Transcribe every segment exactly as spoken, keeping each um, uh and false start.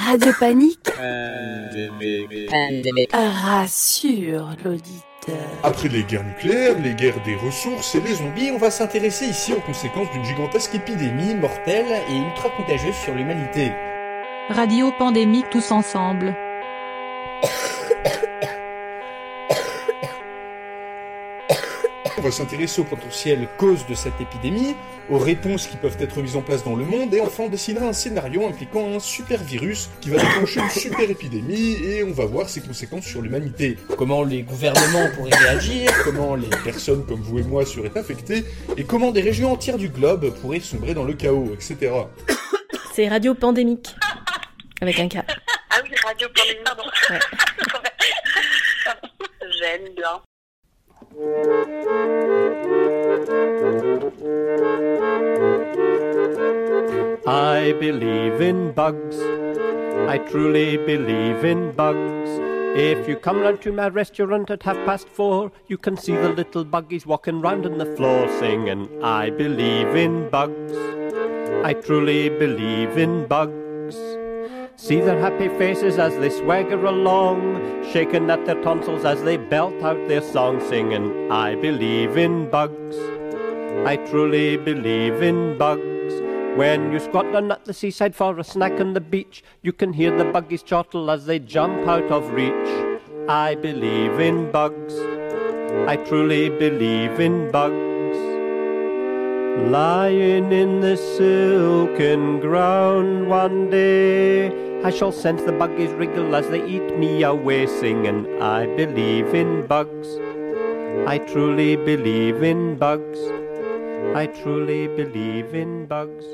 Radio Panique Pandémie. rassure l'auditeur. Après les guerres nucléaires, les guerres des ressources et les zombies, on va s'intéresser ici aux conséquences d'une gigantesque épidémie mortelle et ultra contagieuse sur l'humanité. Radio Pandémie tous ensemble. On va s'intéresser aux potentielles causes de cette épidémie, aux réponses qui peuvent être mises en place dans le monde, et enfin on dessinera un scénario impliquant un super virus qui va déclencher une super épidémie, et on va voir ses conséquences sur l'humanité. Comment les gouvernements pourraient réagir, comment les personnes comme vous et moi seraient affectées, et comment des régions entières du globe pourraient sombrer dans le chaos, et cetera. C'est Radio Pandémique. Avec un K. Ah oui, Radio Pandémique, pardon. Ouais. J'aime bien. I believe in bugs. I truly believe in bugs. If you come round to my restaurant at half past four, you can see the little buggies walking round on the floor singing, I believe in bugs. I truly believe in bugs. See their happy faces as they swagger along, shaking at their tonsils as they belt out their song, singing, I believe in bugs. I truly believe in bugs. When you squat down at the seaside for a snack on the beach, you can hear the buggies chortle as they jump out of reach. I believe in bugs. I truly believe in bugs. Lying in the silken ground one day, I shall sense the buggies wriggle as they eat me away, singing, I believe in bugs. I truly believe in bugs. I truly believe in bugs.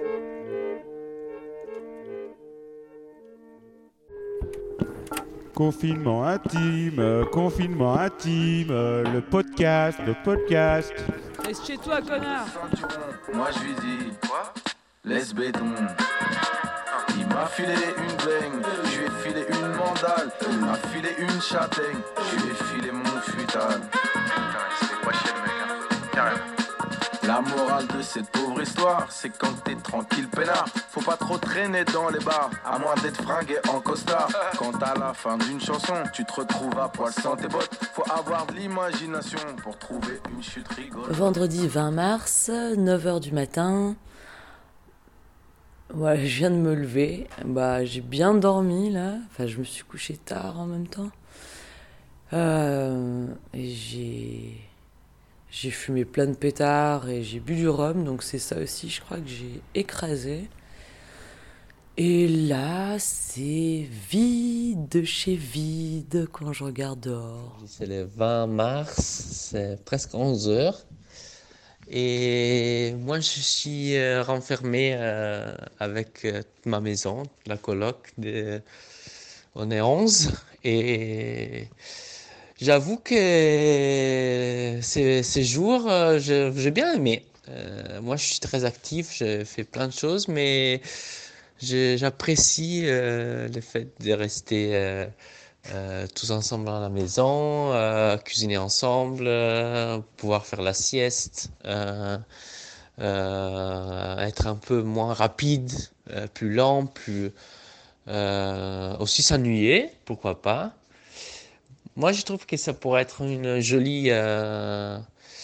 Confinement intime, confinement intime, le podcast, le podcast. Reste chez toi, connard. Moi je lui dis, quoi? Laisse béton. Il m'a filé une baigne, je lui ai filé une mandale. Il m'a filé une châtaigne, je lui ai filé mon futal. Putain, il se fait pas chier le mec, hein. Carrément. La morale de cette pauvre histoire, c'est quand t'es tranquille peinard, faut pas trop traîner dans les bars, à moins d'être fringué en costard. Quand à la fin d'une chanson, tu te retrouves à poil sans tes bottes, faut avoir de l'imagination pour trouver une chute rigolote. Vendredi vingt mars, neuf heures du matin. Voilà, je viens de me lever. Bah, j'ai bien dormi là. Enfin, je me suis couché tard en même temps. Euh, et j'ai... J'ai fumé plein de pétards et j'ai bu du rhum, donc c'est ça aussi, je crois que j'ai écrasé. Et là, c'est vide chez vide quand je regarde dehors. C'est le vingt mars, c'est presque onze heures. Et moi, je suis euh, renfermé euh, avec euh, ma maison, la coloc. De... On est onze. Et j'avoue que ces, ces jours, euh, je, j'ai bien aimé. Euh, moi, je suis très actif, je fais plein de choses, mais je, j'apprécie euh, le fait de rester euh, euh, tous ensemble à la maison, euh, cuisiner ensemble, euh, pouvoir faire la sieste, euh, euh, être un peu moins rapide, euh, plus lent, plus euh, aussi s'ennuyer, pourquoi pas. Moi, je trouve que ça pourrait être une jolie euh,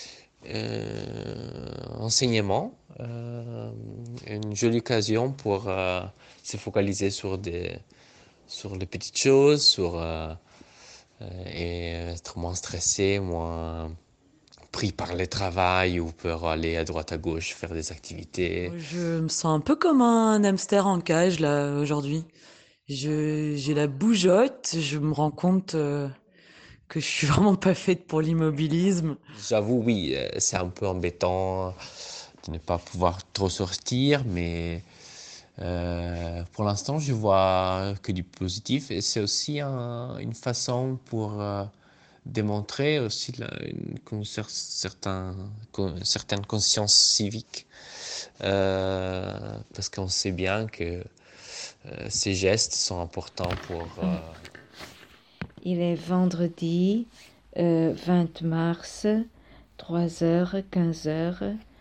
euh, enseignement, euh, une jolie occasion pour euh, se focaliser sur des, sur les petites choses, sur euh, euh, et être moins stressé, moins pris par le travail ou pour aller à droite à gauche faire des activités. Je me sens un peu comme un hamster en cage là aujourd'hui. Je, j'ai la bougeotte, je me rends compte euh, que je suis vraiment pas faite pour l'immobilisme. J'avoue, oui, c'est un peu embêtant de ne pas pouvoir trop sortir, mais euh, pour l'instant, je vois que du positif. Et c'est aussi un, une façon pour euh, démontrer aussi la, une, une certain, une certaine conscience civique. Euh, parce qu'on sait bien que euh, ces gestes sont importants pour... Euh, Il est vendredi euh, vingt mars, trois heures, quinze heures.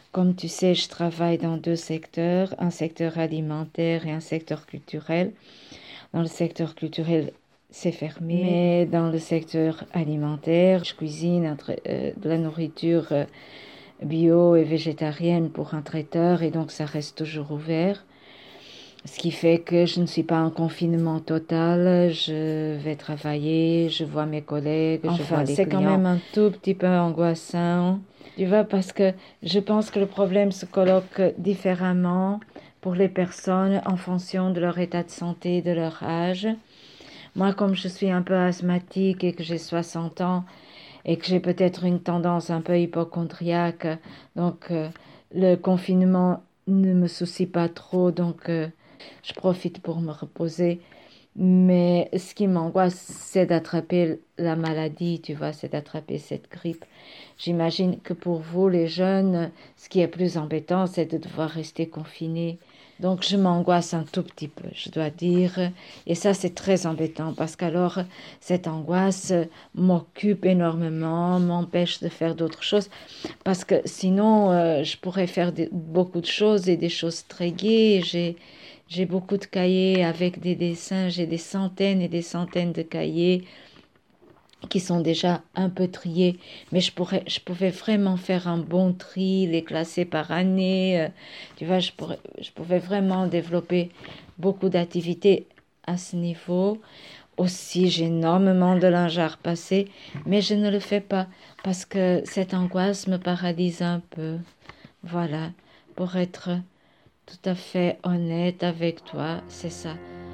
Comme tu sais, je travaille dans deux secteurs, un secteur alimentaire et un secteur culturel. Dans le secteur culturel, c'est fermé, mais dans le secteur alimentaire, je cuisine entre, euh, de la nourriture euh, bio et végétarienne pour un traiteur et donc ça reste toujours ouvert. Ce qui fait que je ne suis pas en confinement total, je vais travailler, je vois mes collègues, enfin, je vois les clients. C'est quand même un tout petit peu angoissant, tu vois, parce que je pense que le problème se colloque différemment pour les personnes en fonction de leur état de santé, de leur âge. Moi, comme je suis un peu asthmatique et que j'ai soixante ans et que j'ai peut-être une tendance un peu hypochondriaque, donc euh, le confinement ne me soucie pas trop, donc euh, je profite pour me reposer. Mais ce qui m'angoisse, c'est d'attraper la maladie, tu vois, c'est d'attraper cette grippe. J'imagine que pour vous, les jeunes, ce qui est plus embêtant, c'est de devoir rester confiné. Donc je m'angoisse un tout petit peu, je dois dire. Et ça, c'est très embêtant parce qu'alors, cette angoisse m'occupe énormément, m'empêche de faire d'autres choses. Parce que sinon, euh, je pourrais faire de, beaucoup de choses et des choses très gaies. J'ai, j'ai beaucoup de cahiers avec des dessins, j'ai des centaines et des centaines de cahiers qui sont déjà un peu triés, mais je pourrais, je pouvais vraiment faire un bon tri, les classer par année, euh, tu vois, je pourrais, je pouvais vraiment développer beaucoup d'activités à ce niveau. Aussi, j'ai énormément de linge à repasser, mais je ne le fais pas parce que cette angoisse me paralyse un peu. Voilà, pour être tout à fait honnête avec toi, c'est ça.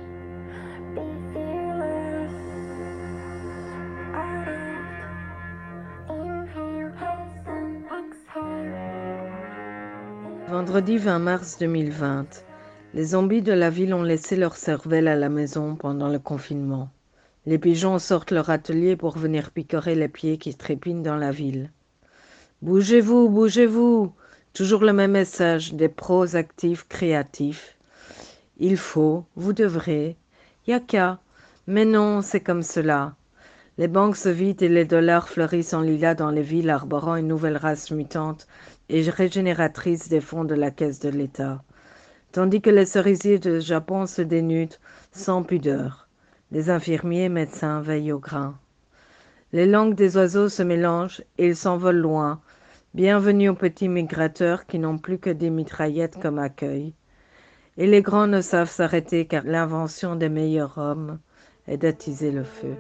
Vendredi vingt mars deux mille vingt. Les zombies de la ville ont laissé leur cervelle à la maison pendant le confinement. Les pigeons sortent leur atelier pour venir picorer les pieds qui trépignent dans la ville. Bougez-vous, bougez-vous! Toujours le même message des pros actifs créatifs. Il faut, vous devrez, y'a qu'à. Mais non, c'est comme cela. Les banques se vident et les dollars fleurissent en lilas dans les villes arborant une nouvelle race mutante et régénératrice des fonds de la caisse de l'État. Tandis que les cerisiers du Japon se dénudent sans pudeur. Les infirmiers et médecins veillent au grain. Les langues des oiseaux se mélangent et ils s'envolent loin. Bienvenue aux petits migrateurs qui n'ont plus que des mitraillettes comme accueil. Et les grands ne savent s'arrêter car l'invention des meilleurs hommes est d'attiser le feu.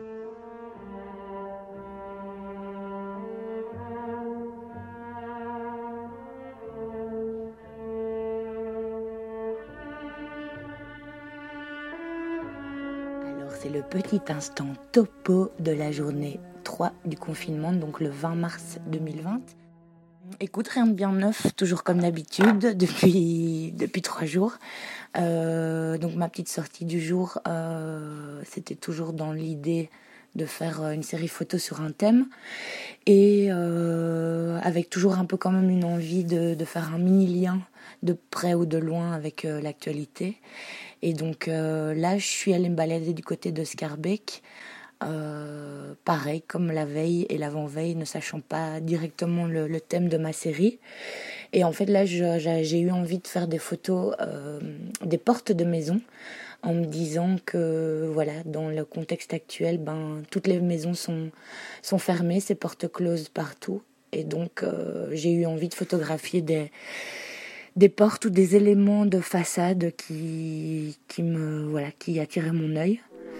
C'est le petit instant topo de la journée trois du confinement, donc le vingt mars deux mille vingt. Écoute, rien de bien neuf, toujours comme d'habitude, depuis, depuis trois jours. Euh, donc ma petite sortie du jour, euh, c'était toujours dans l'idée de faire une série photo sur un thème. Et euh, avec toujours un peu quand même une envie de, de faire un mini lien de près ou de loin avec euh, l'actualité. Et donc euh, là, je suis allée me balader du côté de Schaerbeek. Euh, pareil, comme la veille et l'avant-veille, ne sachant pas directement le, le thème de ma série. Et en fait, là, je, j'ai eu envie de faire des photos euh, des portes de maison, en me disant que, voilà, dans le contexte actuel, ben, toutes les maisons sont, sont fermées, ces portes closes partout. Et donc, euh, j'ai eu envie de photographier des... des portes ou des éléments de façade qui, qui me, voilà, qui attiraient mon œil.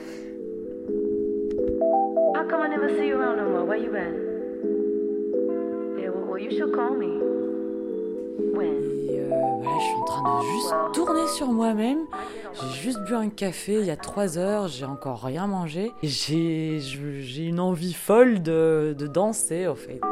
How come I never see you around no more? Where you been? Yeah, well, well you should call me. When? Et euh, voilà, je suis en train de juste tourner sur moi-même. J'ai juste bu un café il y a trois heures, j'ai encore rien mangé. Et j'ai, j'ai une envie folle de, de danser, en fait.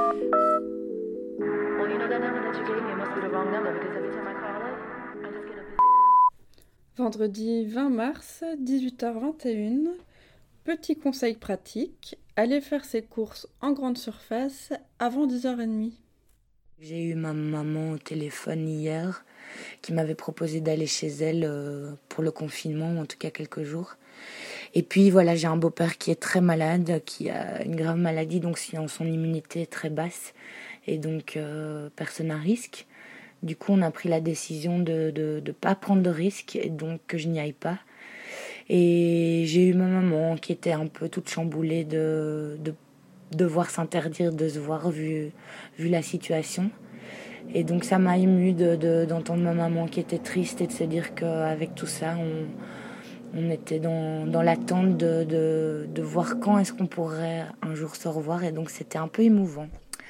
Vendredi vingt mars, dix-huit heures vingt et une. Petit conseil pratique, aller faire ses courses en grande surface avant dix heures trente. J'ai eu ma maman au téléphone hier qui m'avait proposé d'aller chez elle pour le confinement, ou en tout cas quelques jours. Et puis voilà, j'ai un beau-père qui est très malade, qui a une grave maladie, donc son immunité est très basse. Et donc euh, personne à risque. Du coup, on a pris la décision de de, de pas prendre de risques et donc que je n'y aille pas. Et j'ai eu ma maman qui était un peu toute chamboulée de, de devoir s'interdire de se voir vu, vu la situation. Et donc ça m'a émue de, de, d'entendre ma maman qui était triste et de se dire qu'avec tout ça, on, on était dans, dans l'attente de, de, de voir quand est-ce qu'on pourrait un jour se revoir. Et donc c'était un peu émouvant.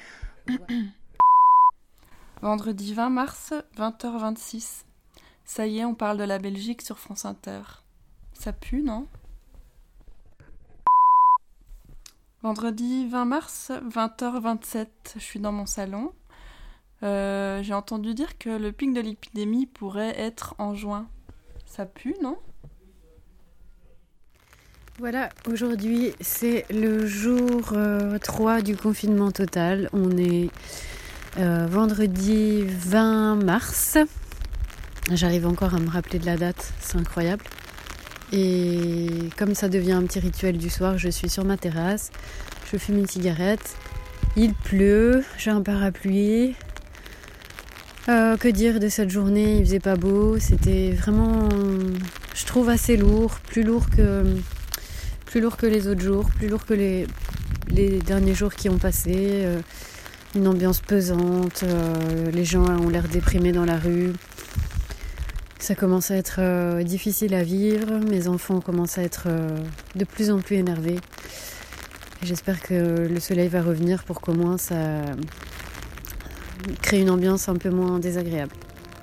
Vendredi vingt mars, vingt heures vingt-six. Ça y est, on parle de la Belgique sur France Inter. Ça pue, non ? Vendredi vingt mars, vingt heures vingt-sept. Je suis dans mon salon. Euh, j'ai entendu dire que le pic de l'épidémie pourrait être en juin. Ça pue, non ? Voilà, aujourd'hui c'est le jour euh, trois du confinement total. On est euh, vendredi vingt mars. J'arrive encore à me rappeler de la date, c'est incroyable. Et comme ça devient un petit rituel du soir, je suis sur ma terrasse, je fume une cigarette, il pleut, j'ai un parapluie. Euh, que dire de cette journée, il faisait pas beau, c'était vraiment, je trouve, assez lourd, plus lourd que, plus lourd que les autres jours, plus lourd que les, les derniers jours qui ont passé. Euh, une ambiance pesante, euh, les gens ont l'air déprimés dans la rue. Ça commence à être euh, difficile à vivre, mes enfants commencent à être euh, de plus en plus énervés. Et j'espère que le soleil va revenir pour qu'au moins ça crée une ambiance un peu moins désagréable.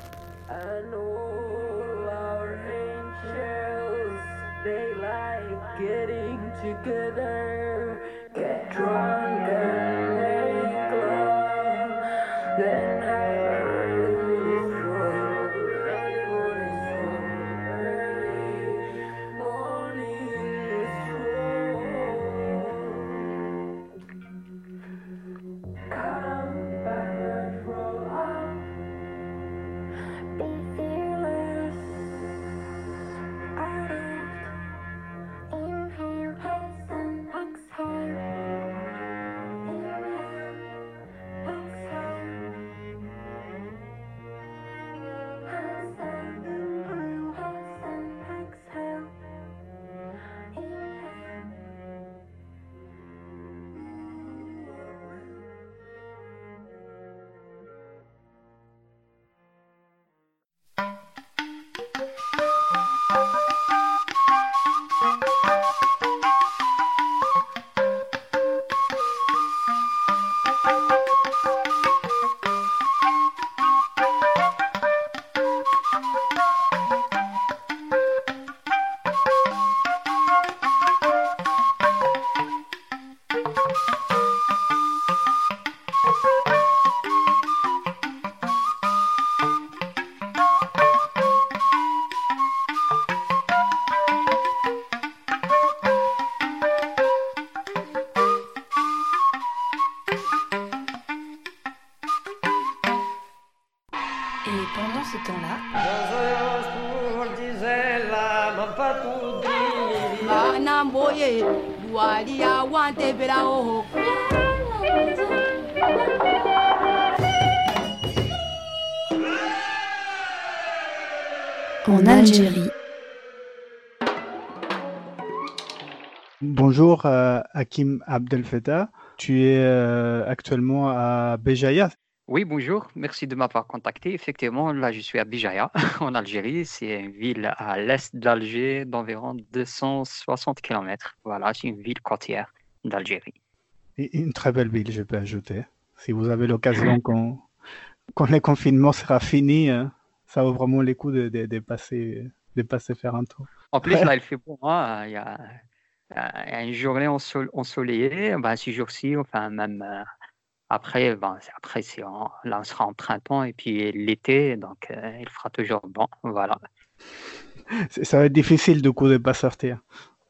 Et pendant ce temps-là... En Algérie. Bonjour, euh, Hakim Abdel Fattah. Tu es euh, actuellement à Béjaïa. Oui, bonjour. Merci de m'avoir contacté. Effectivement, là, je suis à Béjaïa, en Algérie. C'est une ville à l'est d'Alger d'environ deux cent soixante kilomètres. Voilà, c'est une ville côtière d'Algérie. Et une très belle ville, je peux ajouter. Si vous avez l'occasion, quand, quand le confinement sera fini, hein, ça vaut vraiment les coups de, de, de, passer, de passer faire un tour. En plus, ouais. Là, il fait beau. Hein. Il y a, il y a une journée ensole- ensoleillée. Ben, ces jours-ci, enfin, même... Euh, Après, ben, après c'est en, là, on sera en printemps et puis l'été, donc euh, il fera toujours bon. Voilà. Ça va être difficile du coup de ne pas sortir.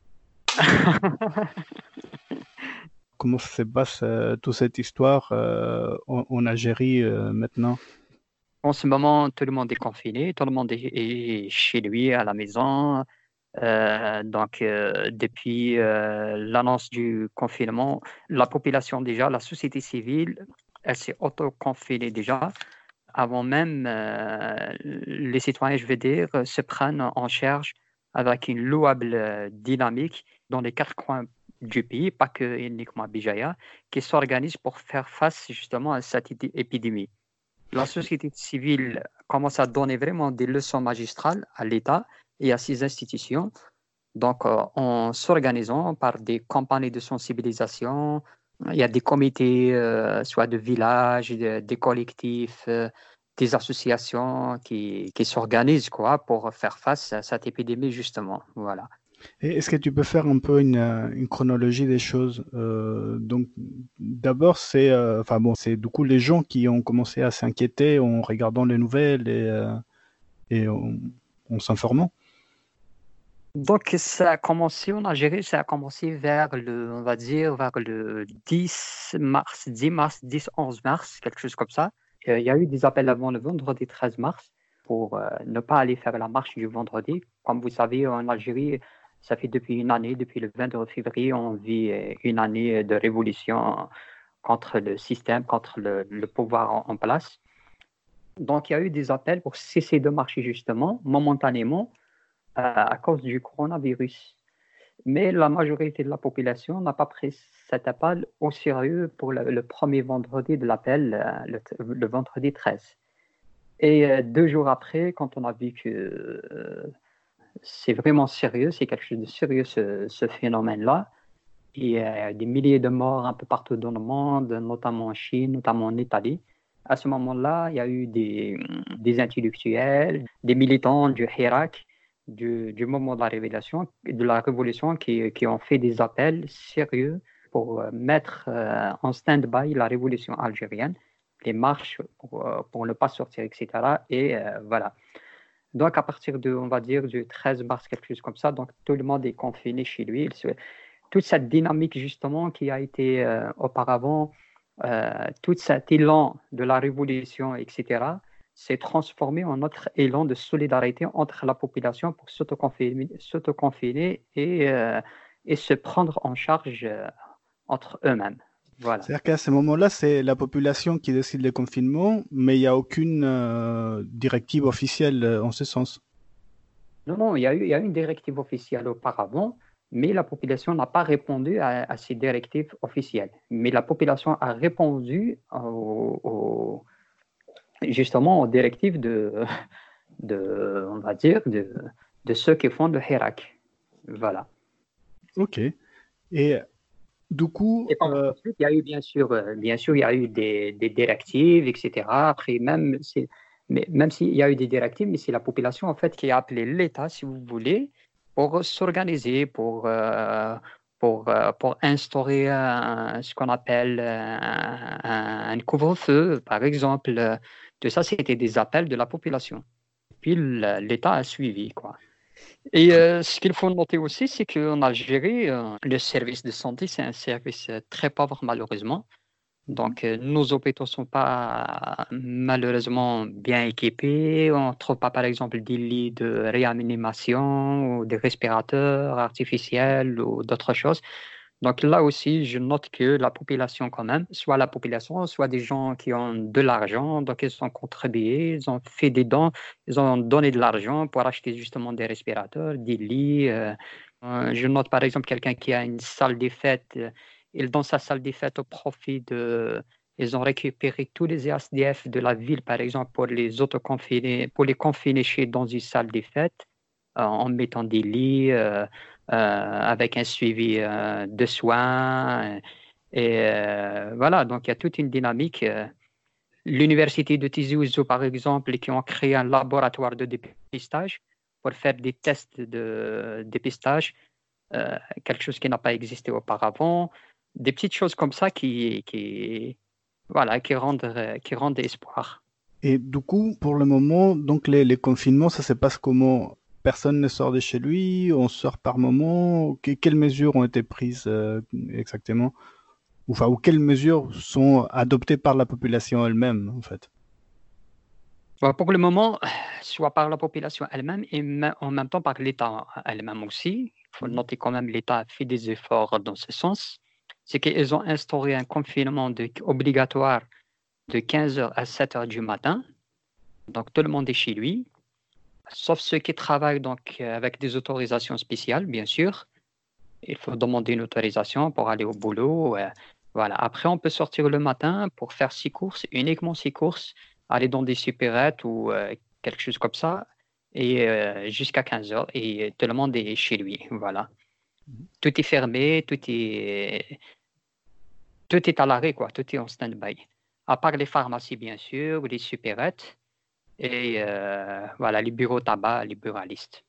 Comment se passe euh, toute cette histoire euh, en, en Algérie euh, maintenant? En ce moment, tout le monde est confiné, tout le monde est, est chez lui, à la maison. Euh, donc, euh, depuis euh, l'annonce du confinement, la population déjà, la société civile, elle s'est auto-confinée déjà. avant même, euh, les citoyens, je veux dire, se prennent en charge avec une louable euh, dynamique dans les quatre coins du pays, pas que uniquement à Bijaya, qui s'organisent pour faire face justement à cette épid- épidémie. La société civile commence à donner vraiment des leçons magistrales à l'État et à ses institutions. Donc, euh, en s'organisant par des campagnes de sensibilisation, il y a des comités, euh, soit de villages, de- des collectifs, euh, des associations qui, qui s'organisent quoi, pour faire face à cette épidémie, justement. Voilà. Et est-ce que tu peux faire un peu une, euh, une chronologie des choses? Euh, donc, d'abord, c'est, euh, enfin bon, c'est du coup les gens qui ont commencé à s'inquiéter en regardant les nouvelles et, euh, et en, en s'informant. Donc, ça a commencé en Algérie, ça a commencé vers le, on va dire, vers le dix mars, dix mars, dix, onze mars, quelque chose comme ça. Euh, Il y a eu des appels avant le vendredi treize mars pour euh, ne pas aller faire la marche du vendredi. Comme vous savez, en Algérie, ça fait depuis une année, depuis le vingt-deux février, on vit euh, une année de révolution contre le système, contre le, le pouvoir en, en place. Donc, il y a eu des appels pour cesser de marcher justement, momentanément, à cause du coronavirus. Mais la majorité de la population n'a pas pris cet appel au sérieux pour le, le premier vendredi de l'appel, le, le vendredi treize. Et euh, deux jours après, quand on a vu que euh, c'est vraiment sérieux, c'est quelque chose de sérieux ce, ce phénomène-là, il y a des milliers de morts un peu partout dans le monde, notamment en Chine, notamment en Italie. À ce moment-là, il y a eu des, des intellectuels, des militants du Hirak, Du, du moment de la révélation, de la révolution, qui, qui ont fait des appels sérieux pour mettre euh, en stand-by la révolution algérienne, les marches pour, pour ne pas sortir, et cetera. Et euh, voilà. Donc, à partir de, on va dire, du treize mars, quelque chose comme ça, donc tout le monde est confiné chez lui. Toute cette dynamique, justement, qui a été euh, auparavant, euh, tout cet élan de la révolution, et cetera, s'est transformé en notre élan de solidarité entre la population pour s'autoconfiner, s'autoconfiner et, euh, et se prendre en charge euh, entre eux-mêmes. Voilà. C'est-à-dire qu'à ce moment-là, c'est la population qui décide le confinement, mais il n'y a aucune euh, directive officielle euh, en ce sens. Non, non, il y a eu, il y a eu une directive officielle auparavant, mais la population n'a pas répondu à, à ces directives officielles. Mais la population a répondu au, au justement aux directives de, de, on va dire, de, de ceux qui font le Hirak. Voilà. Ok. Et du coup... Et euh... ensuite, il y a eu, bien sûr, euh, bien sûr, il y a eu des, des directives, et cetera. Après, même, c'est, mais, même s'il y a eu des directives, mais c'est la population, en fait, qui a appelé l'État, si vous voulez, pour s'organiser, pour... Euh, Pour, pour instaurer un, ce qu'on appelle un, un couvre-feu, par exemple. Tout ça, c'était des appels de la population. Puis l'État a suivi, quoi. Et euh, ce qu'il faut noter aussi, c'est qu'en Algérie, euh, le service de santé, c'est un service très pauvre, malheureusement. Donc, euh, nos hôpitaux ne sont pas malheureusement bien équipés. On ne trouve pas, par exemple, des lits de réanimation ou des respirateurs artificiels ou d'autres choses. Donc là aussi, je note que la population quand même, soit la population, soit des gens qui ont de l'argent, donc ils ont contribué, ils ont fait des dons, ils ont donné de l'argent pour acheter justement des respirateurs, des lits. Euh, euh, je note par exemple quelqu'un qui a une salle des fêtes. Euh, Il donne sa salle des fêtes au profit de... Ils ont récupéré tous les S D F de la ville, par exemple, pour les autoconfiner, pour les confiner chez dans une salle des fêtes, euh, en mettant des lits, euh, euh, avec un suivi euh, de soins. Et euh, voilà, donc il y a toute une dynamique. L'université de Tizi Ouzou, par exemple, qui ont créé un laboratoire de dépistage pour faire des tests de dépistage, euh, quelque chose qui n'a pas existé auparavant. Des petites choses comme ça qui, qui, voilà, qui, rendent, qui rendent espoir. Et du coup, pour le moment, donc les, les confinements, ça se passe comment? Personne ne sort de chez lui, on sort par moment. Que, quelles mesures ont été prises euh, exactement? Enfin, ou quelles mesures sont adoptées par la population elle-même, en fait? Pour le moment, soit par la population elle-même et en même temps par l'État elle-même aussi. Il faut noter quand même que l'État a fait des efforts dans ce sens. C'est qu'ils ont instauré un confinement de, obligatoire de quinze heures à sept heures du matin. Donc tout le monde est chez lui, sauf ceux qui travaillent donc euh, avec des autorisations spéciales, bien sûr. Il faut demander une autorisation pour aller au boulot. euh, voilà. Après, on peut sortir le matin pour faire six courses, uniquement six courses, aller dans des supérettes ou euh, quelque chose comme ça, et euh, jusqu'à quinze heures, et tout le monde est chez lui. Voilà. Tout est fermé, tout est, tout est à l'arrêt, quoi. Tout est en stand-by. À part les pharmacies, bien sûr, les supérettes, et euh, voilà, les bureaux tabac, les buralistes.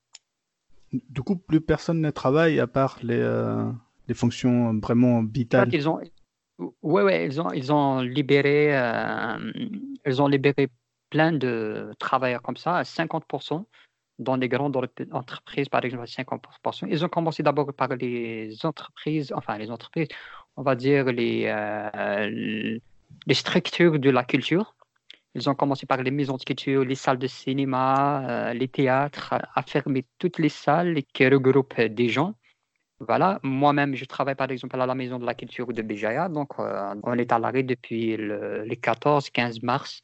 Du coup, plus personne ne travaille à part les, euh, les fonctions vraiment En vitales. fait, ils ont, ouais, ouais, ils ont, ils ont libéré, euh, ils ont libéré plein de travailleurs comme ça, à cinquante pour cent dans les grandes entreprises, par exemple, à cinquante pour cent. Ils ont commencé d'abord par les entreprises, enfin les entreprises, on va dire les, euh, les structures de la culture. Ils ont commencé par les maisons de culture, les salles de cinéma, euh, les théâtres, à fermer toutes les salles qui regroupent des gens. Voilà, moi-même, je travaille par exemple à la Maison de la Culture de Béjaïa, donc euh, on est à l'arrêt depuis le, les quatorze quinze mars.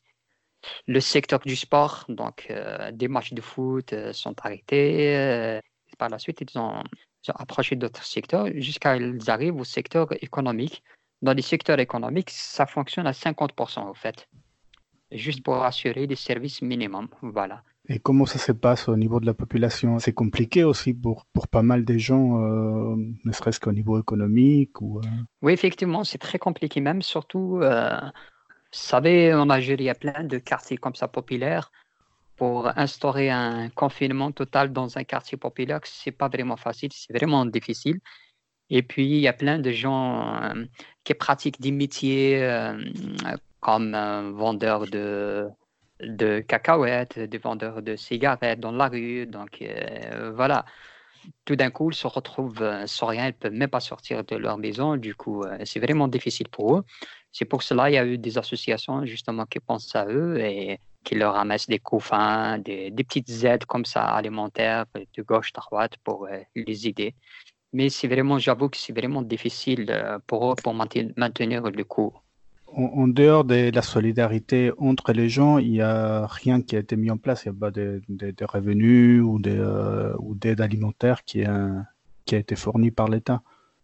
Le secteur du sport, donc euh, des matchs de foot euh, sont arrêtés. euh, par la suite, ils ont, ils ont approché d'autres secteurs jusqu'à ils arrivent au secteur économique. Dans les secteurs économiques, ça fonctionne à cinquante pour cent, en fait, juste pour assurer des services minimums. Voilà. Et comment ça se passe au niveau de la population? C'est compliqué aussi pour, pour pas mal de gens, euh, ne serait-ce qu'au niveau économique ou, euh, Oui, effectivement, c'est très compliqué même, surtout, euh, vous savez, en Algérie, il y a plein de quartiers comme ça populaires. Pour instaurer un confinement total dans un quartier populaire, c'est pas vraiment facile, c'est vraiment difficile. Et puis, il y a plein de gens euh, qui pratiquent des métiers euh, comme un vendeur de, de cacahuètes, des vendeurs de cigarettes dans la rue. Donc, euh, voilà. Tout d'un coup, ils se retrouvent euh, sans rien, ils ne peuvent même pas sortir de leur maison. Du coup, euh, c'est vraiment difficile pour eux. C'est pour cela qu'il y a eu des associations justement qui pensent à eux et qui leur ramassent des couffins, des, des petites aides comme ça alimentaires de gauche à droite pour euh, les aider. Mais c'est vraiment, j'avoue que c'est vraiment difficile euh, pour eux pour maintenir, maintenir le coup. en, en dehors de la solidarité entre les gens, il n'y a rien qui a été mis en place. Il n'y a pas de, de, de revenus ou de, euh, ou d'aide alimentaire qui a, qui a été fournie par l'État.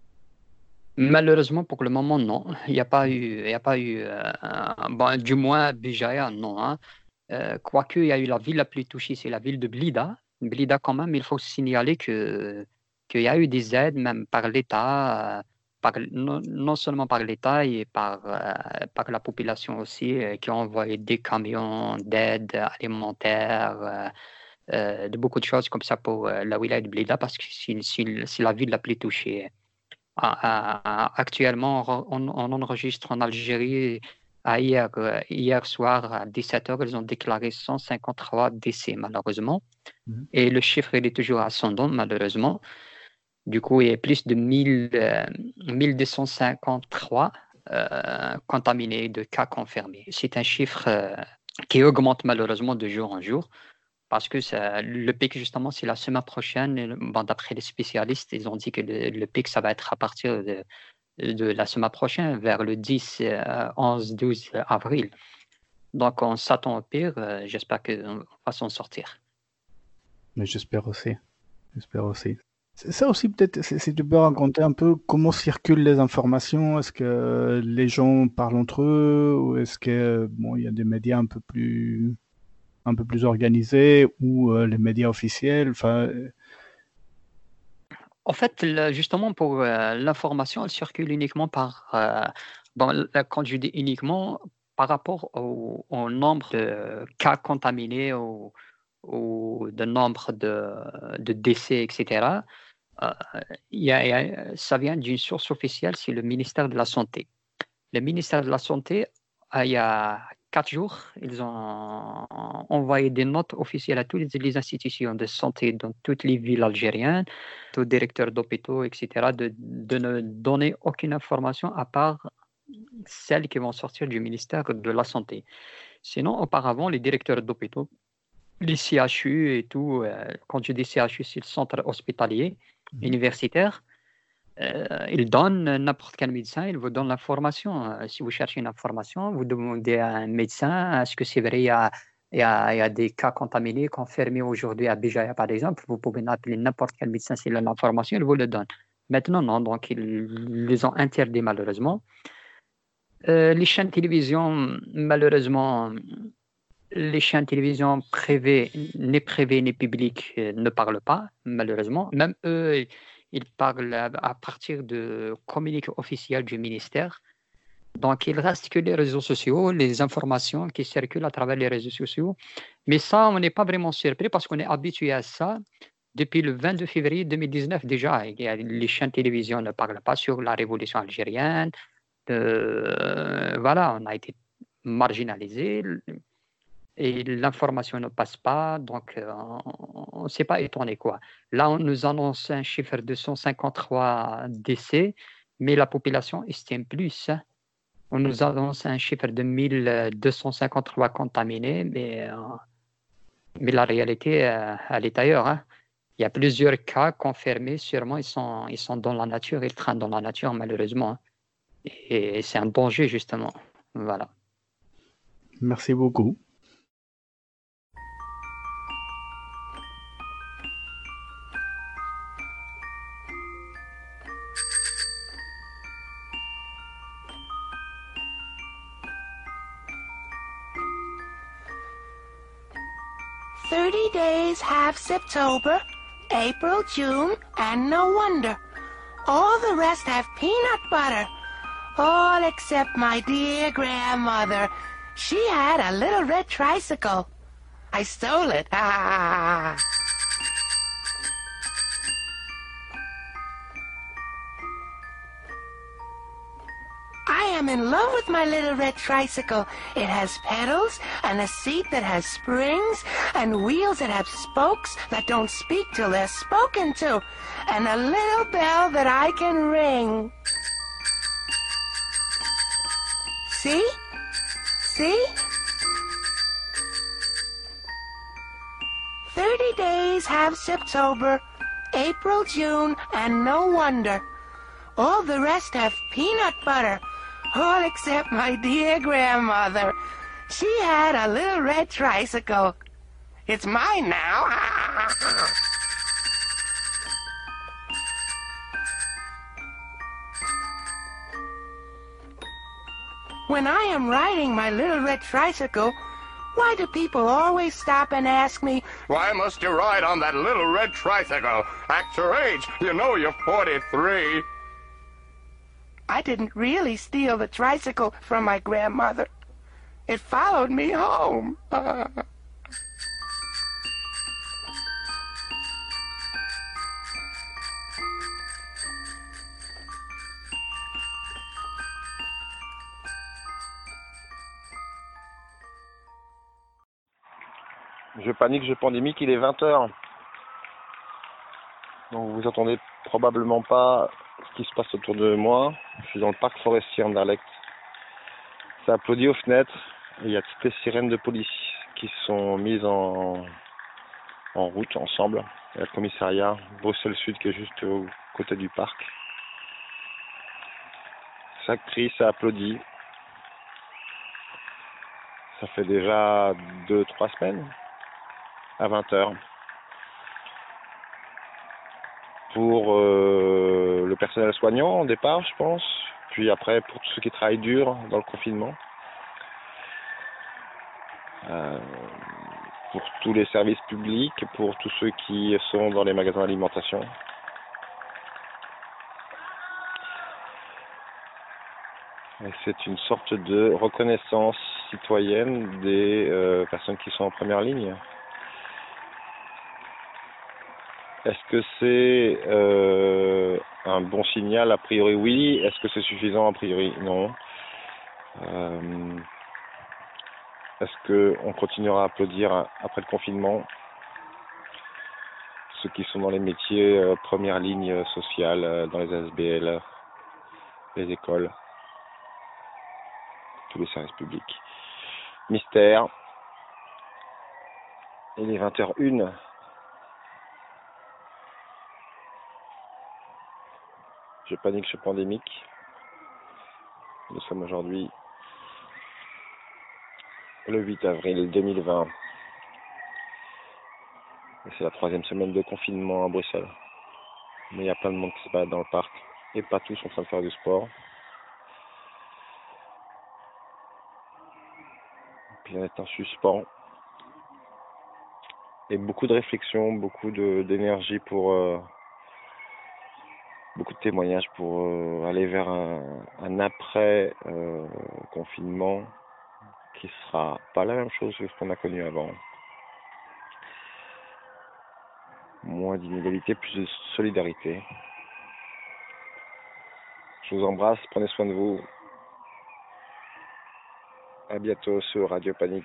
Malheureusement, pour le moment, non. Il n'y a pas eu, il y a pas eu euh, bon, du moins à Béjaïa, non. Hein. Euh, quoique, il y a eu la ville la plus touchée, c'est la ville de Blida. Blida, quand même, il faut signaler que, qu'il y a eu des aides, même par l'État, euh, par, non, non seulement par l'État, et par, euh, par la population aussi, euh, qui ont envoyé des camions d'aide alimentaire, euh, euh, de beaucoup de choses comme ça pour euh, la wilaya de Blida, parce que c'est, c'est, c'est la ville la plus touchée. Actuellement, on, on enregistre en Algérie. À hier, hier soir, à dix-sept heures, ils ont déclaré cent cinquante-trois décès, malheureusement. Mmh. Et le chiffre, il est toujours ascendant, malheureusement. Du coup, il y a plus de mille, euh, mille deux cent cinquante-trois euh, contaminés de cas confirmés. C'est un chiffre euh, qui augmente malheureusement de jour en jour. Parce que ça, le pic, justement, c'est la semaine prochaine. Bon, d'après les spécialistes, ils ont dit que le, le pic, ça va être à partir de, de la semaine prochaine, vers le dix, onze, douze avril. Donc, on s'attend au pire. J'espère qu'on va s'en sortir. Mais j'espère aussi. J'espère aussi. C'est ça aussi, peut-être, si tu peux raconter un peu comment circulent les informations. Est-ce que les gens parlent entre eux ou est-ce que, bon, il y a des médias un peu plus... un peu plus organisés ou euh, les médias officiels, enfin. En fait, justement, pour euh, l'information, elle circule uniquement par, euh, bon, quand je dis uniquement, par rapport au, au nombre de cas contaminés ou, ou de nombre de, de décès, et cetera. Euh, y a, y a, ça vient d'une source officielle, c'est le ministère de la Santé. Le ministère de la Santé, il y a quatre jours, ils ont envoyé des notes officielles à toutes les institutions de santé dans toutes les villes algériennes, aux directeurs d'hôpitaux, et cetera, de, de ne donner aucune information à part celles qui vont sortir du ministère de la Santé. Sinon, auparavant, les directeurs d'hôpitaux, les C H U et tout, euh, quand je dis C H U, c'est le centre hospitalier mmh. universitaire, Euh, il donne n'importe quel médecin, il vous donne l'information. Euh, si vous cherchez une information, vous demandez à un médecin est-ce que c'est vrai, il y a il y a, il y a des cas contaminés confirmés aujourd'hui à Béjaïa, par exemple. Vous pouvez appeler n'importe quel médecin s'il a l'information, il vous le donne. Maintenant, non, donc ils les ont interdits malheureusement. Euh, les chaînes de télévision, malheureusement, les chaînes de télévision privées, ni privées ni publiques, euh, ne parlent pas, malheureusement. Même eux, ils parlent à, à partir de communiqués officiels du ministère. Donc, il reste que les réseaux sociaux, les informations qui circulent à travers les réseaux sociaux. Mais ça, on n'est pas vraiment surpris parce qu'on est habitué à ça. Depuis le vingt-deux février deux mille dix-neuf, déjà, il y a, les chaînes de télévision ne parlent pas sur la révolution algérienne. Euh, voilà, on a été marginalisé et l'information ne passe pas. Donc, euh, on ne s'est pas étonné, quoi. Là, on nous annonce un chiffre de cent cinquante-trois décès, mais la population estime plus. Hein. On nous annonce un chiffre de mille deux cent cinquante-trois contaminés, mais, euh, mais la réalité, euh, elle est ailleurs. Hein. Il y a plusieurs cas confirmés, sûrement, ils sont, ils sont dans la nature, ils traînent dans la nature, malheureusement. Et, et c'est un danger, justement. Voilà. Merci beaucoup. Thirty days have September, April, June, and no wonder. All the rest have peanut butter. All except my dear grandmother. She had a little red tricycle. I stole it. Ah. I am in love with my little red tricycle. It has pedals and a seat that has springs and wheels that have spokes that don't speak till they're spoken to, and a little bell that I can ring. See? See? Thirty days have September, April, June, and no wonder. All the rest have peanut butter. All except my dear grandmother. She had a little red tricycle. It's mine now. When I am riding my little red tricycle, why do people always stop and ask me, "Why must you ride on that little red tricycle? Act your age. You know you're forty-three. I didn't really steal the tricycle from my grandmother. It followed me home. Je panique, je pandémique, il est vingt heures. Donc vous entendez probablement pas ce qui se passe autour de moi. Je suis dans le parc forestier Anderlecht. Ça applaudit aux fenêtres. Il y a toutes les sirènes de police qui sont mises en, en route ensemble. Il y a le commissariat Bruxelles Sud qui est juste au côté du parc. Ça crie, ça applaudit. Ça fait déjà deux, trois semaines à vingt heures. Pour euh, le personnel soignant au départ, je pense. Puis après, pour tous ceux qui travaillent dur dans le confinement. Euh, pour tous les services publics, pour tous ceux qui sont dans les magasins d'alimentation. Et c'est une sorte de reconnaissance citoyenne des euh, personnes qui sont en première ligne. Est-ce que c'est euh, un bon signal? A priori, oui. Est-ce que c'est suffisant? A priori, non. Euh, est-ce qu'on continuera à applaudir après le confinement ceux qui sont dans les métiers euh, première ligne sociale, euh, dans les A S B L, les écoles, tous les services publics? Mystère. Il est vingt heures une. Je panique, je pandémique. Nous sommes aujourd'hui le huit avril deux mille vingt. C'est la troisième semaine de confinement à Bruxelles. Mais il y a plein de monde qui se balade dans le parc. Et pas tous sont en train de faire du sport. Puis on est en suspens. Et beaucoup de réflexion, beaucoup de, d'énergie pour... Euh, beaucoup de témoignages pour euh, aller vers un, un après euh, confinement qui sera pas la même chose que ce qu'on a connu avant. Moins d'inégalité, plus de solidarité. Je vous embrasse, prenez soin de vous. À bientôt sur Radio Panique.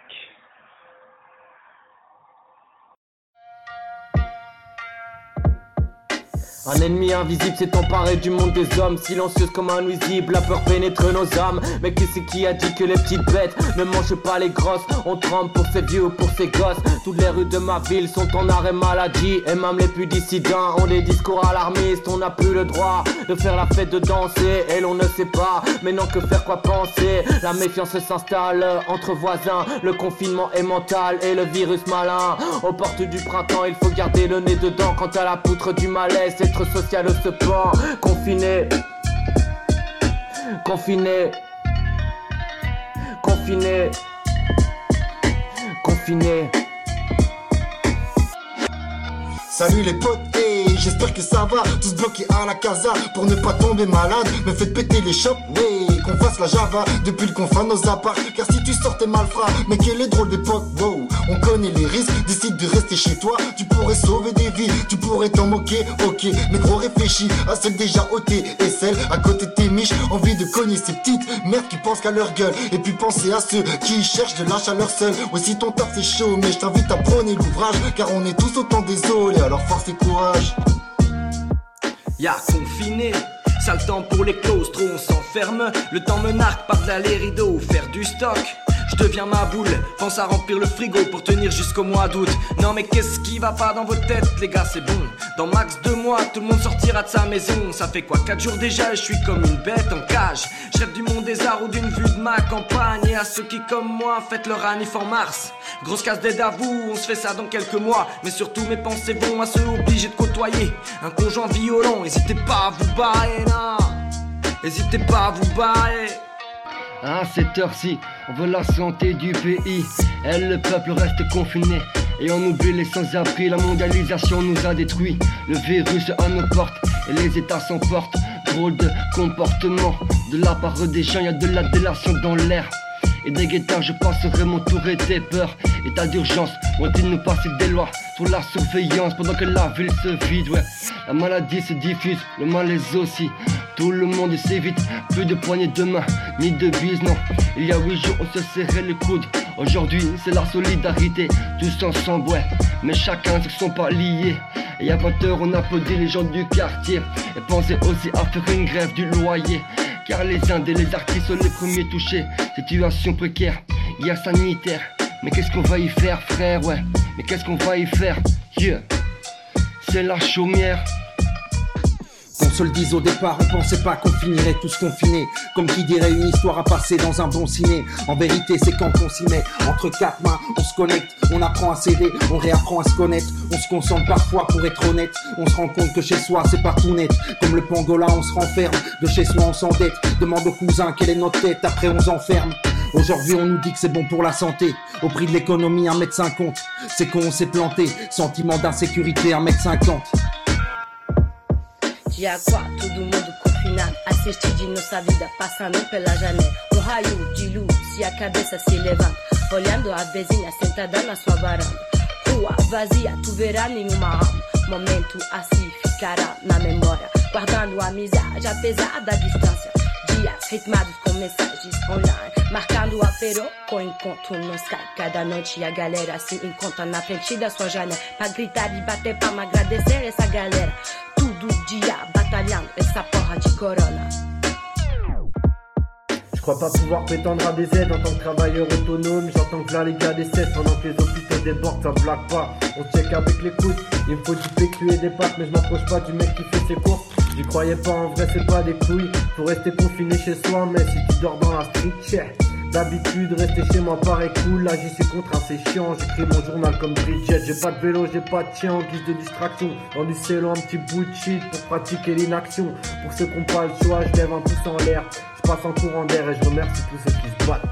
Un ennemi invisible s'est emparé du monde des hommes, silencieuse comme un nuisible, la peur pénètre nos âmes. Mais qui c'est qui a dit que les petites bêtes ne mangent pas les grosses? On tremble pour ces vieux ou pour ces gosses. Toutes les rues de ma ville sont en arrêt maladie, et même les plus dissidents ont des discours alarmistes. On n'a plus le droit de faire la fête, de danser, et l'on ne sait pas, mais non, que faire, quoi penser. La méfiance s'installe entre voisins, le confinement est mental et le virus malin. Aux portes du printemps, il faut garder le nez dedans. Quant à la poutre du malaise, c'est social se pend, confiné, confiné, confiné, confiné. Salut les potes, hey, j'espère que ça va. Tous bloqués à la casa pour ne pas tomber malade. Me faites péter les shops, ouais, qu'on fasse la java depuis le confin nos apparts. Car si tu sortais malfrat, mais quelle est drôle d'époque, wow. On connaît les risques, décide de rester chez toi. Tu pourrais sauver des vies, tu pourrais t'en moquer, ok. Mais gros réfléchis à celle déjà ôtée et celle à côté de tes miches. Envie de cogner ces petites merdes qui pensent qu'à leur gueule. Et puis penser à ceux qui cherchent de la chaleur seule. Ouais, si ton taf c'est chaud, mais je t'invite à prôner l'ouvrage. Car on est tous autant désolés, alors force et courage. Y'a confiné, sale temps pour les claustros, on s'enferme. Le temps me narque, par là les rideaux, faire du stock. Je deviens ma boule, pense à remplir le frigo pour tenir jusqu'au mois d'août. Non mais qu'est-ce qui va pas dans votre tête les gars, c'est bon. Dans max deux mois, tout le monde sortira de sa maison. Ça fait quoi, quatre jours déjà, je suis comme une bête en cage. Je rêve du monde des arts ou d'une vue de ma campagne. Et à ceux qui comme moi fêtent leur anniv en mars. Grosse casse d'aide à vous, on se fait ça dans quelques mois. Mais surtout mes pensées vont à ceux obligés de côtoyer un conjoint violent. Hésitez pas à vous barrer, non. Hésitez pas à vous barrer. À cette heure-ci, on veut la santé du pays. Et le peuple reste confiné. Et on oublie les sans-abri. La mondialisation nous a détruit. Le virus à nos portes et les états s'emportent. Drôle de comportement de la part des gens. Y'a de la délation dans l'air et des guetteurs, je passerai mon tour et tes peurs. État d'urgence, vont-ils nous passer des lois sur la surveillance pendant que la ville se vide, ouais. La maladie se diffuse, le malaise aussi. Tout le monde s'évite, plus de poignées de main, ni de bises, non. Il y a huit jours, on se serrait le coude. Aujourd'hui, c'est la solidarité, tous ensemble, ouais. Mais chacun se sont pas liés. Et à vingt heures, on applaudit les gens du quartier. Et pensez aussi à faire une grève du loyer. Car les Indes et les artistes sont les premiers touchés. Situation précaire, guerre sanitaire. Mais qu'est-ce qu'on va y faire, frère, ouais. Mais qu'est-ce qu'on va y faire, yeah. C'est la chaumière. Qu'on se le dise au départ, on pensait pas qu'on finirait tous confinés. Comme qui dirait une histoire à passer dans un bon ciné. En vérité c'est quand on s'y met, entre quatre mains, on se connecte. On apprend à s'aider, on réapprend à se connaître. On se concentre parfois pour être honnête. On se rend compte que chez soi c'est pas tout net. Comme le pangolin on se renferme, de chez soi on s'endette. Demande aux cousins quelle est notre tête, après on s'enferme. Aujourd'hui on nous dit que c'est bon pour la santé. Au prix de l'économie un mètre cinquante. C'est qu'on s'est planté, sentiment d'insécurité un mètre cinquante. Dia quatro do mundo confinado, assistir de nossa vida passando pela janela. Um raio de luz e a cabeça se levanta, olhando a vizinha sentada na sua varanda. Rua vazia, tu verá nenhuma alma. Momento assim ficará na memória, guardando a amizade apesar da distância. Dias ritmados com mensagens online, marcando apero com encontro no Skype. Cada noite a galera se encontra na frente da sua janela pra gritar e bater palma, agradecer essa galera. Todo dia batalhando essa porra de corona. Je crois pas pouvoir prétendre à des aides en tant que travailleur autonome. J'entends que là les gars décèdent pendant que les hôpitaux débordent, ça blague pas. On check avec les coudes, il me faut du P Q et des pâtes. Mais je m'approche pas du mec qui fait ses courses. J'y croyais pas, en vrai c'est pas des couilles. Faut rester confiné chez soi, mais si tu dors dans la street, yeah. D'habitude, rester chez moi paraît cool. Là, j'y suis contraint, c'est chiant. J'écris mon journal comme Bridget. J'ai pas de vélo, j'ai pas de chien en guise de distraction. Dans du cello, un petit bout de shit pour pratiquer l'inaction. Pour ceux qui n'ont pas le choix, je lève un pouce en l'air. Je passe en courant d'air et je remercie tous ceux qui se battent.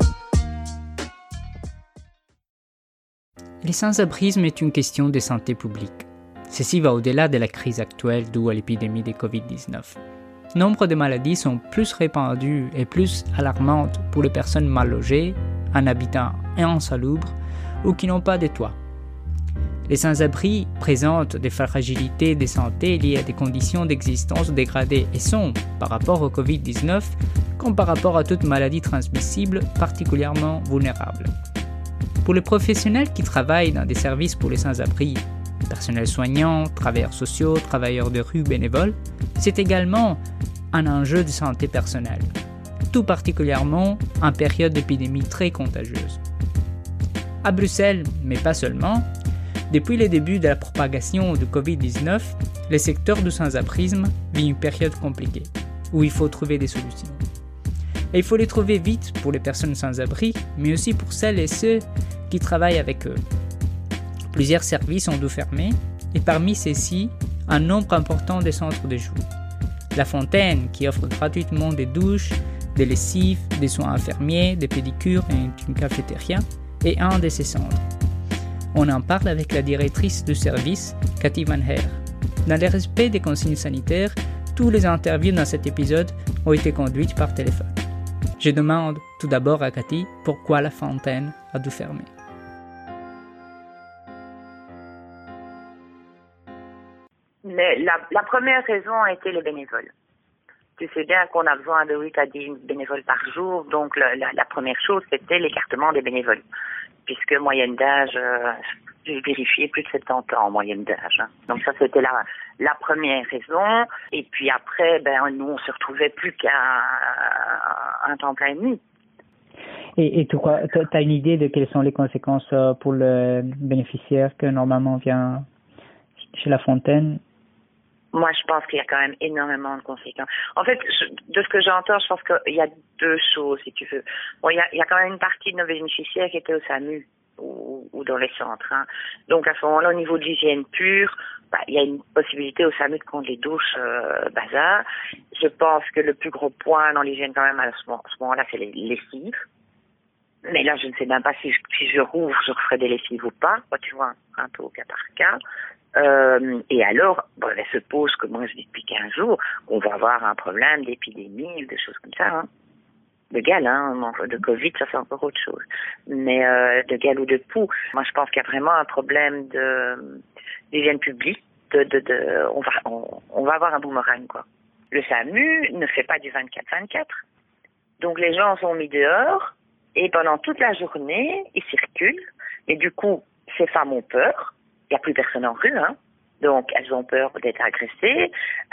Le sans-abrisme est une question de santé publique. Ceci va au-delà de la crise actuelle due à l'épidémie de covid dix-neuf. Nombre de maladies sont plus répandues et plus alarmantes pour les personnes mal logées, en habitat insalubre ou qui n'ont pas de toit. Les sans-abri présentent des fragilités de santé liées à des conditions d'existence dégradées et sont, par rapport au covid dix-neuf, comme par rapport à toute maladie transmissible, particulièrement vulnérables. Pour les professionnels qui travaillent dans des services pour les sans-abri, personnel soignant, travailleurs sociaux, travailleurs de rue, bénévoles, c'est également un enjeu de santé personnelle, tout particulièrement en période d'épidémie très contagieuse. À Bruxelles, mais pas seulement, depuis le début de la propagation du covid dix-neuf, le secteur du sans-abrisme vit une période compliquée, où il faut trouver des solutions. Et il faut les trouver vite pour les personnes sans-abri, mais aussi pour celles et ceux qui travaillent avec eux. Plusieurs services ont dû fermer, et parmi ceux-ci, un nombre important de centres de jour. La Fontaine, qui offre gratuitement des douches, des lessives, des soins infirmiers, des pédicures et une cafétéria, est un de ces centres. On en parle avec la directrice du service, Cathy Van Her. Dans le respect des consignes sanitaires, toutes les interviews dans cet épisode ont été conduites par téléphone. Je demande tout d'abord à Cathy pourquoi la Fontaine a dû fermer. Mais la, la première raison a été les bénévoles. Tu sais bien qu'on a besoin de huit à dix bénévoles par jour, donc la, la, la première chose, c'était l'écartement des bénévoles. Puisque moyenne d'âge, euh, j'ai vérifié plus de soixante-dix ans en moyenne d'âge. Hein. Donc ça, c'était la, la première raison. Et puis après, ben, nous, on se retrouvait plus qu'à un temps plein et demi. Et, et tu as une idée de quelles sont les conséquences pour le bénéficiaire que normalement vient chez La Fontaine? Moi, je pense qu'il y a quand même énormément de conséquences. En fait, de ce que j'entends, je pense qu'il y a deux choses, si tu veux. Bon, il y a, il y a quand même une partie de nos bénéficiaires qui étaient au SAMU ou, ou dans les centres. Hein. Donc, à ce moment-là, au niveau de l'hygiène pure, bah, il y a une possibilité au SAMU de prendre les douches euh, bazar. Je pense que le plus gros point dans l'hygiène, quand même, à ce, moment, à ce moment-là, c'est les lessives. Mais là, je ne sais même pas si je, si je rouvre, je referai des lessives ou pas. Quoi, tu vois, un peu au cas par cas. Euh, et alors, bon, elle se pose, que moi je dis depuis quinze jours, qu'on va avoir un problème d'épidémie ou des choses comme ça, hein. De gale, hein, de Covid, ça c'est encore autre chose. Mais euh, de gale ou de poux, moi je pense qu'il y a vraiment un problème de d'hygiène publique, de, de, de, on va, on, on va avoir un boomerang, quoi. Le SAMU ne fait pas du vingt-quatre vingt-quatre, donc les gens sont mis dehors, et pendant toute la journée, ils circulent, et du coup, ces femmes ont peur. Il n'y a plus personne en rue, hein. Donc elles ont peur d'être agressées,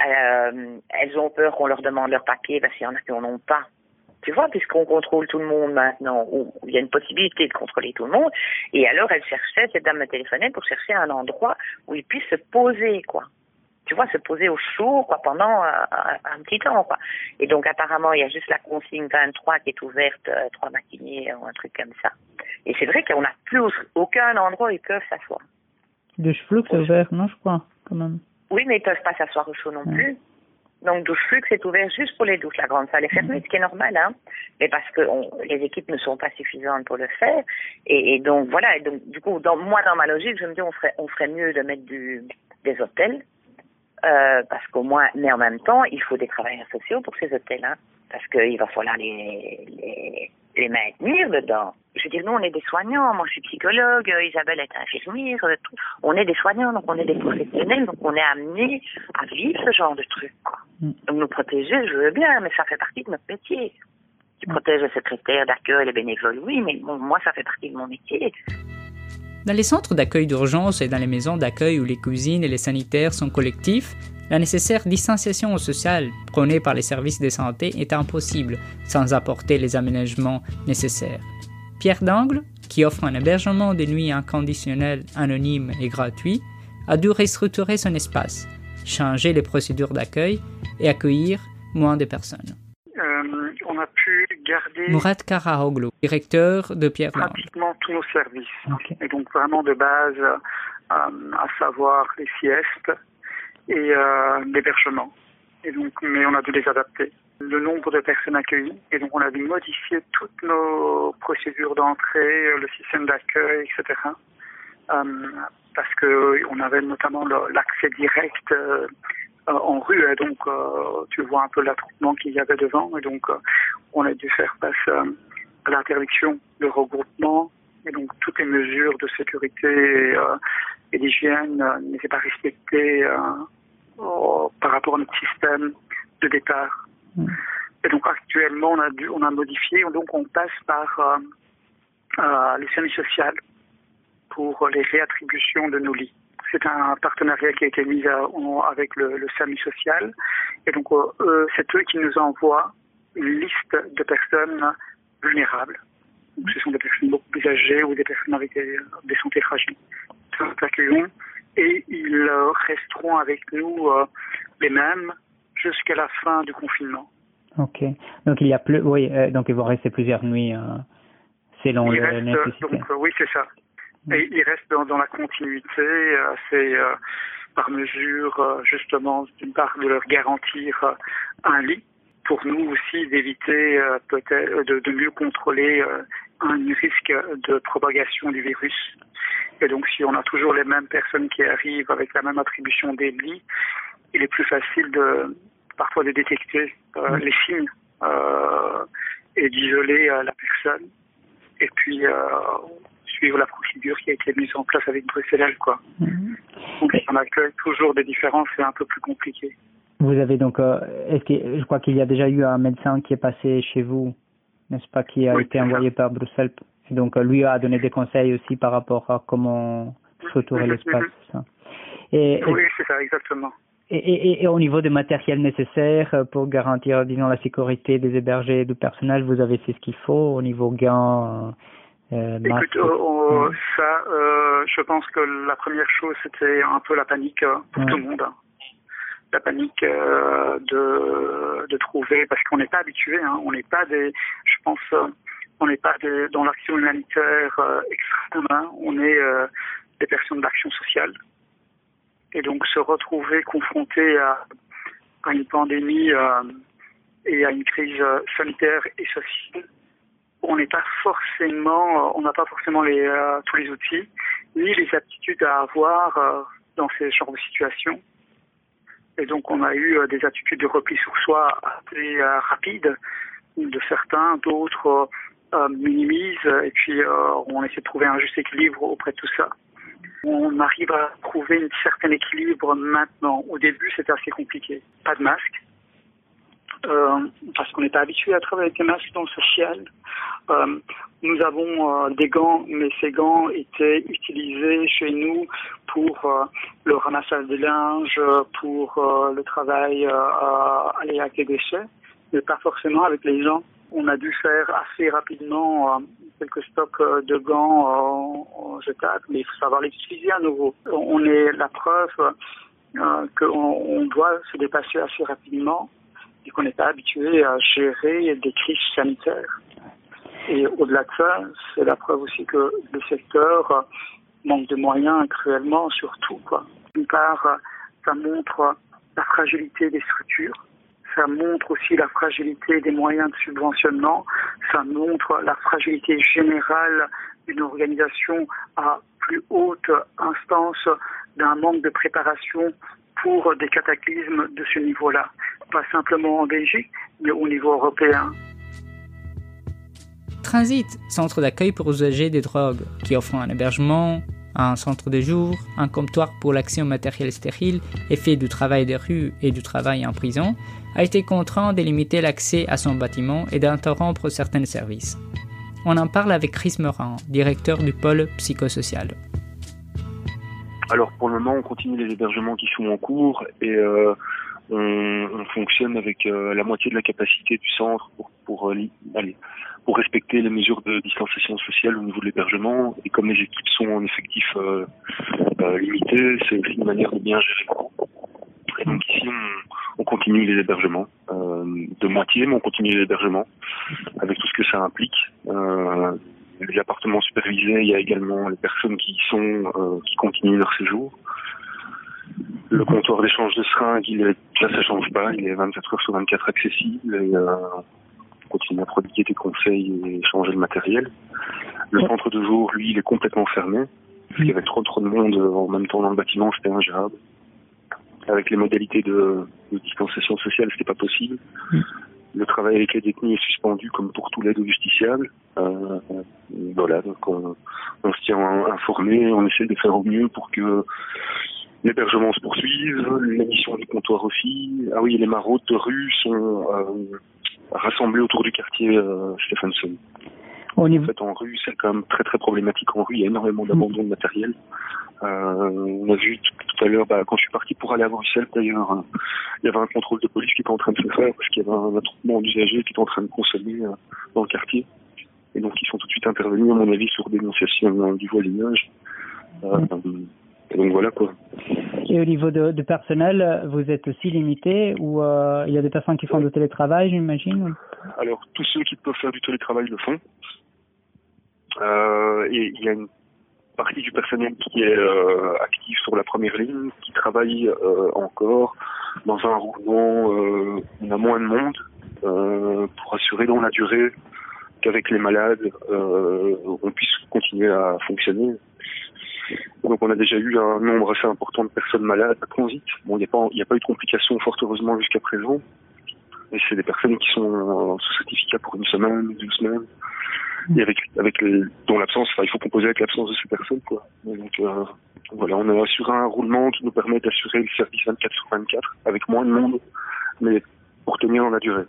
euh, elles ont peur qu'on leur demande leurs papiers parce qu'il y en a qui n'en ont pas. Tu vois, puisqu'on contrôle tout le monde maintenant, ou il y a une possibilité de contrôler tout le monde, et alors elles cherchaient, cette dame me téléphonait pour chercher un endroit où ils puissent se poser, quoi. Tu vois, se poser au chaud, quoi, pendant un, un, un petit temps, quoi. Et donc apparemment, il y a juste la consigne vingt-trois qui est ouverte, euh, trois matinées ou un truc comme ça. Et c'est vrai qu'on n'a plus aucun endroit où ils peuvent s'asseoir. Douche flux c'est ouvert, non, je crois, quand même. Oui, mais ils peuvent pas s'asseoir au chaud non ouais. plus. Donc, douche flux est ouvert juste pour les douches. La grande salle est fermée, mmh. ce qui est normal, hein. Mais parce que on, les équipes ne sont pas suffisantes pour le faire. Et, et donc, voilà. Et donc, du coup, dans, moi, dans ma logique, je me dis, on ferait, on ferait mieux de mettre du, des hôtels. Euh, parce qu'au moins, mais en même temps, il faut des travailleurs sociaux pour ces hôtels, hein. Parce qu'il va falloir les, les, les maintenir dedans. Je veux dire, nous, on est des soignants. Moi, je suis psychologue. Isabelle est infirmière. Tout. On est des soignants, donc on est des professionnels. Donc, on est amenés à vivre ce genre de trucs, quoi. Mm. Donc, nous protéger, je veux bien, mais ça fait partie de notre métier. Tu mm. protèges les secrétaires d'accueil, les bénévoles, oui, mais bon, moi, ça fait partie de mon métier. Dans les centres d'accueil d'urgence et dans les maisons d'accueil où les cuisines et les sanitaires sont collectifs, la nécessaire distanciation sociale prônée par les services de santé est impossible sans apporter les aménagements nécessaires. Pierre d'Angle, qui offre un hébergement de nuit inconditionnel, anonyme et gratuit, a dû restructurer son espace, changer les procédures d'accueil et accueillir moins de personnes. Euh, on a pu garder Mourad Karaoglu, directeur de Pierre Land. Pratiquement tous nos services. Okay. Et donc vraiment de base, euh, à savoir les siestes et euh, l'hébergement. Et donc, mais on a dû les adapter. Le nombre de personnes accueillies. Et donc on a dû modifier toutes nos procédures d'entrée, le système d'accueil, et cetera. Euh, parce que on avait notamment le, l'accès direct euh, en rue, et donc euh, tu vois un peu l'attroupement qu'il y avait devant, et donc euh, on a dû faire face euh, à l'interdiction de regroupement, et donc toutes les mesures de sécurité et, euh, et d'hygiène euh, n'étaient pas respectées euh, oh, par rapport à notre système de départ. Mmh. Et donc actuellement on a dû, on a modifié, donc on passe par euh, euh, les services sociaux pour les réattributions de nos lits. C'est un partenariat qui a été mis à, en, avec le, le SAMU social. Et donc, euh, c'est eux qui nous envoient une liste de personnes vulnérables. Donc, ce sont des personnes beaucoup plus âgées ou des personnes avec des, des santé fragiles. Nous accueillons et ils resteront avec nous euh, les mêmes jusqu'à la fin du confinement. Ok. Donc, il y a plus, oui, euh, donc ils vont rester plusieurs nuits euh, selon les nécessités. Donc, euh, oui, c'est ça. Et ils restent dans, dans la continuité, euh, c'est euh, par mesure euh, justement d'une part de leur garantir euh, un lit, pour nous aussi d'éviter euh, peut-être de, de mieux contrôler euh, un risque de propagation du virus. Et donc si on a toujours les mêmes personnes qui arrivent avec la même attribution des lits, il est plus facile de parfois de détecter euh, les signes euh, et d'isoler euh, la personne. Et puis euh, suivre la procédure qui a été mise en place avec Bruxelles, quoi. Mmh. Donc, si on accueille toujours des différences, c'est un peu plus compliqué. Vous avez donc, euh, est-ce que, je crois qu'il y a déjà eu un médecin qui est passé chez vous, n'est-ce pas, qui a oui, été envoyé ça. par Bruxelles. Et donc, lui a donné des conseils aussi par rapport à comment structurer mmh. l'espace. Mmh. Ça. Et, oui, c'est ça, exactement. Et, et, et au niveau des matériels nécessaires pour garantir, disons, la sécurité des hébergés et du personnel, vous avez fait ce qu'il faut au niveau gants. Euh, Écoute, euh, euh, ça, euh, je pense que la première chose, c'était un peu la panique euh, pour ouais. tout le monde. Hein. La panique euh, de, de trouver, parce qu'on n'est pas habitué, hein, on n'est pas des, je pense, euh, on n'est pas des, dans l'action humanitaire euh, extrême, hein, on est euh, des personnes d'action sociale. Et donc se retrouver confronté à, à une pandémie euh, et à une crise sanitaire et sociale, on n'est pas forcément, on n'a pas forcément les, euh, tous les outils, ni les aptitudes à avoir euh, dans ces genres de situations. Et donc on a eu euh, des attitudes de repli sur soi assez euh, rapides, de certains, d'autres euh, minimisent, et puis euh, on essaie de trouver un juste équilibre auprès de tout ça. On arrive à trouver un certain équilibre maintenant. Au début, c'était assez compliqué. Pas de masque. Euh, parce qu'on n'est pas habitué à travailler avec des masques dans le social. Euh, nous avons euh, des gants, mais ces gants étaient utilisés chez nous pour euh, le ramassage des linges, pour euh, le travail euh, à aller avec les déchets, mais pas forcément avec les gens. On a dû faire assez rapidement euh, quelques stocks euh, de gants euh, jetables, mais il faut savoir les utiliser à nouveau. On est la preuve euh, qu'on on doit se dépasser assez rapidement et qu'on n'est pas habitué à gérer des crises sanitaires. Et au-delà de ça, c'est la preuve aussi que le secteur manque de moyens cruellement, surtout, quoi. D'une part, ça montre la fragilité des structures, ça montre aussi la fragilité des moyens de subventionnement, ça montre la fragilité générale d'une organisation à plus haute instance, d'un manque de préparation pour des cataclysmes de ce niveau-là. Pas simplement en Belgique, mais au niveau européen. Transit, centre d'accueil pour usagers des drogues, qui offre un hébergement, un centre de jour, un comptoir pour l'accès au matériel stérile et fait du travail de rue et du travail en prison, a été contraint de limiter l'accès à son bâtiment et d'interrompre certains services. On en parle avec Chris Morin, directeur du pôle psychosocial. Alors pour le moment, on continue les hébergements qui sont en cours et euh, on, on fonctionne avec euh, la moitié de la capacité du centre pour, pour, euh, li- allez, pour respecter les mesures de distanciation sociale au niveau de l'hébergement. Et comme les équipes sont en effectif euh, euh, limité, c'est aussi une manière de bien gérer. Et donc ici, on, on continue les hébergements. Euh, de moitié, mais on continue les hébergements, avec tout ce que ça implique. Euh, les appartements supervisés, il y a également les personnes qui y sont, euh, qui continuent leur séjour. Le comptoir d'échange de seringues, il est, ça, ça change pas, il est vingt-quatre heures sur vingt-quatre accessible, et euh, on continue à prodiguer des conseils et échanger le matériel. Le centre de jour, lui, il est complètement fermé, parce qu'il y avait trop trop de monde en même temps dans le bâtiment, c'était ingérable. Avec les modalités de, de distanciation sociale, c'était pas possible. Le travail avec les détenus est suspendu comme pour tous les deux justiciables. Euh, voilà, donc on, on se tient informé, on essaie de faire au mieux pour que l'hébergement se poursuive, l'émission du comptoir aussi. Ah oui, les maraudes de rue sont euh, rassemblées autour du quartier euh, Stephenson. Au niveau... En fait, en rue, c'est quand même très très problématique. En rue, il y a énormément d'abandon de matériel. Euh, on a vu tout, tout à l'heure, bah, quand je suis parti pour aller à Bruxelles, d'ailleurs, euh, il y avait un contrôle de police qui était en train de se faire parce qu'il y avait un attroupement d'usagers qui était en train de consommer euh, dans le quartier. Et donc, ils sont tout de suite intervenus, à mon avis, sur dénonciation euh, du voisinage. Euh, et donc, voilà, quoi. Et au niveau de, de personnel, vous êtes aussi limité ou euh, il y a des personnes qui font du télétravail, j'imagine? Alors, tous ceux qui peuvent faire du télétravail le font. Euh, et il y a une partie du personnel qui est euh, actif sur la première ligne, qui travaille euh, encore dans un roulement euh, où on a moins de monde euh, pour assurer dans la durée qu'avec les malades, euh, on puisse continuer à fonctionner. Donc on a déjà eu un nombre assez important de personnes malades à transit. Bon, il n'y a pas, il n'y a pas eu de complications fort heureusement jusqu'à présent. Et c'est des personnes qui sont euh, sous certificat pour une semaine, deux semaines. Et avec, avec les, dont l'absence, enfin, il faut composer avec l'absence de ces personnes, quoi. Et donc, euh, voilà, on a assuré un roulement qui nous permet d'assurer le service vingt-quatre sur vingt-quatre, avec moins de monde, mais pour tenir dans la durée.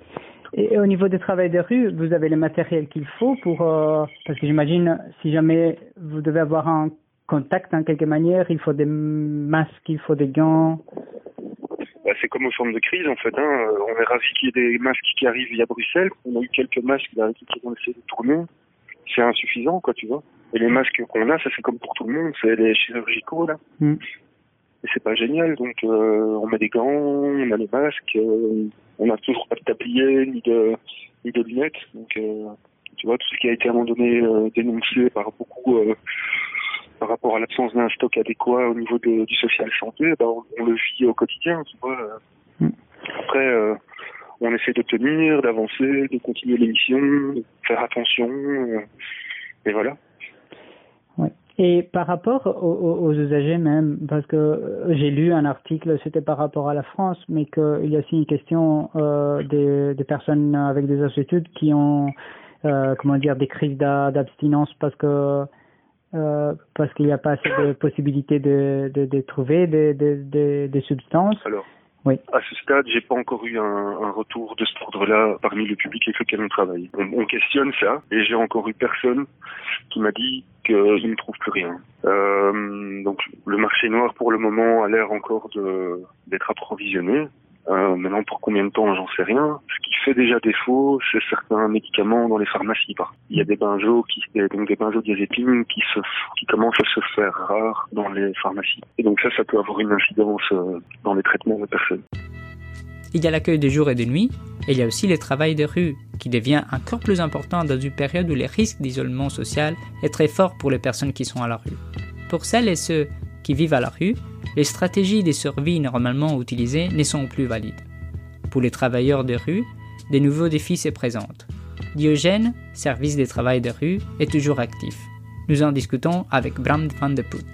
Et au niveau du travail de rue, vous avez le matériel qu'il faut pour, euh, parce que j'imagine, si jamais vous devez avoir un contact en quelque manière, il faut des masques, il faut des gants. Bah, c'est comme au centre de crise, en fait, hein. On est ravis qu'il y ait des masques qui arrivent via Bruxelles. On a eu quelques masques là, qui ont essayé de tourner. C'est insuffisant, quoi, tu vois. Et les masques qu'on a, ça c'est comme pour tout le monde, c'est les chirurgicaux, là. Mm. Et c'est pas génial, donc euh, on met des gants, on a les masques, euh, on n'a toujours pas de tablier, ni de, ni de lunettes. Donc, euh, tu vois, tout ce qui a été à un moment donné euh, dénoncé par beaucoup... Euh, par rapport à l'absence d'un stock adéquat au niveau de, du social santé, ben on, on le vit au quotidien, tu vois. Mm. Après, euh, on essaie de tenir, d'avancer, de continuer l'émission, de faire attention, euh, et voilà. Ouais. Et par rapport aux, aux usagers même, parce que j'ai lu un article, c'était par rapport à la France, mais qu'il y a aussi une question euh, des, des personnes avec des inquiétudes qui ont, euh, comment dire, des crises d'abstinence parce que Euh, parce qu'il n'y a pas assez de possibilités de, de, de trouver des de, de, de substances. Alors, oui. À ce stade, j'ai pas encore eu un, un retour de cet ordre-là parmi le public avec lequel on travaille. On, on questionne ça, et j'ai encore eu personne qui m'a dit qu'il ne trouve plus rien. Euh, donc, le marché noir, pour le moment, a l'air encore de, d'être approvisionné. Euh, maintenant, pour combien de temps, j'en sais rien. Ce qui fait déjà défaut, c'est certains médicaments dans les pharmacies. Il y a des benzo, qui, donc des benzodiazépines qui se, qui commencent à se faire rares dans les pharmacies. Et donc ça, ça peut avoir une incidence euh, dans les traitements des personnes. Il y a l'accueil de jour et de nuit, et il y a aussi le travail de rue, qui devient encore plus important dans une période où les risques d'isolement social est très fort pour les personnes qui sont à la rue. Pour celles et ceux qui vivent à la rue, les stratégies de survie normalement utilisées ne sont plus valides. Pour les travailleurs de rue, de nouveaux défis se présentent. Diogène, service de travail de rue, est toujours actif. Nous en discutons avec Bram van de Poet.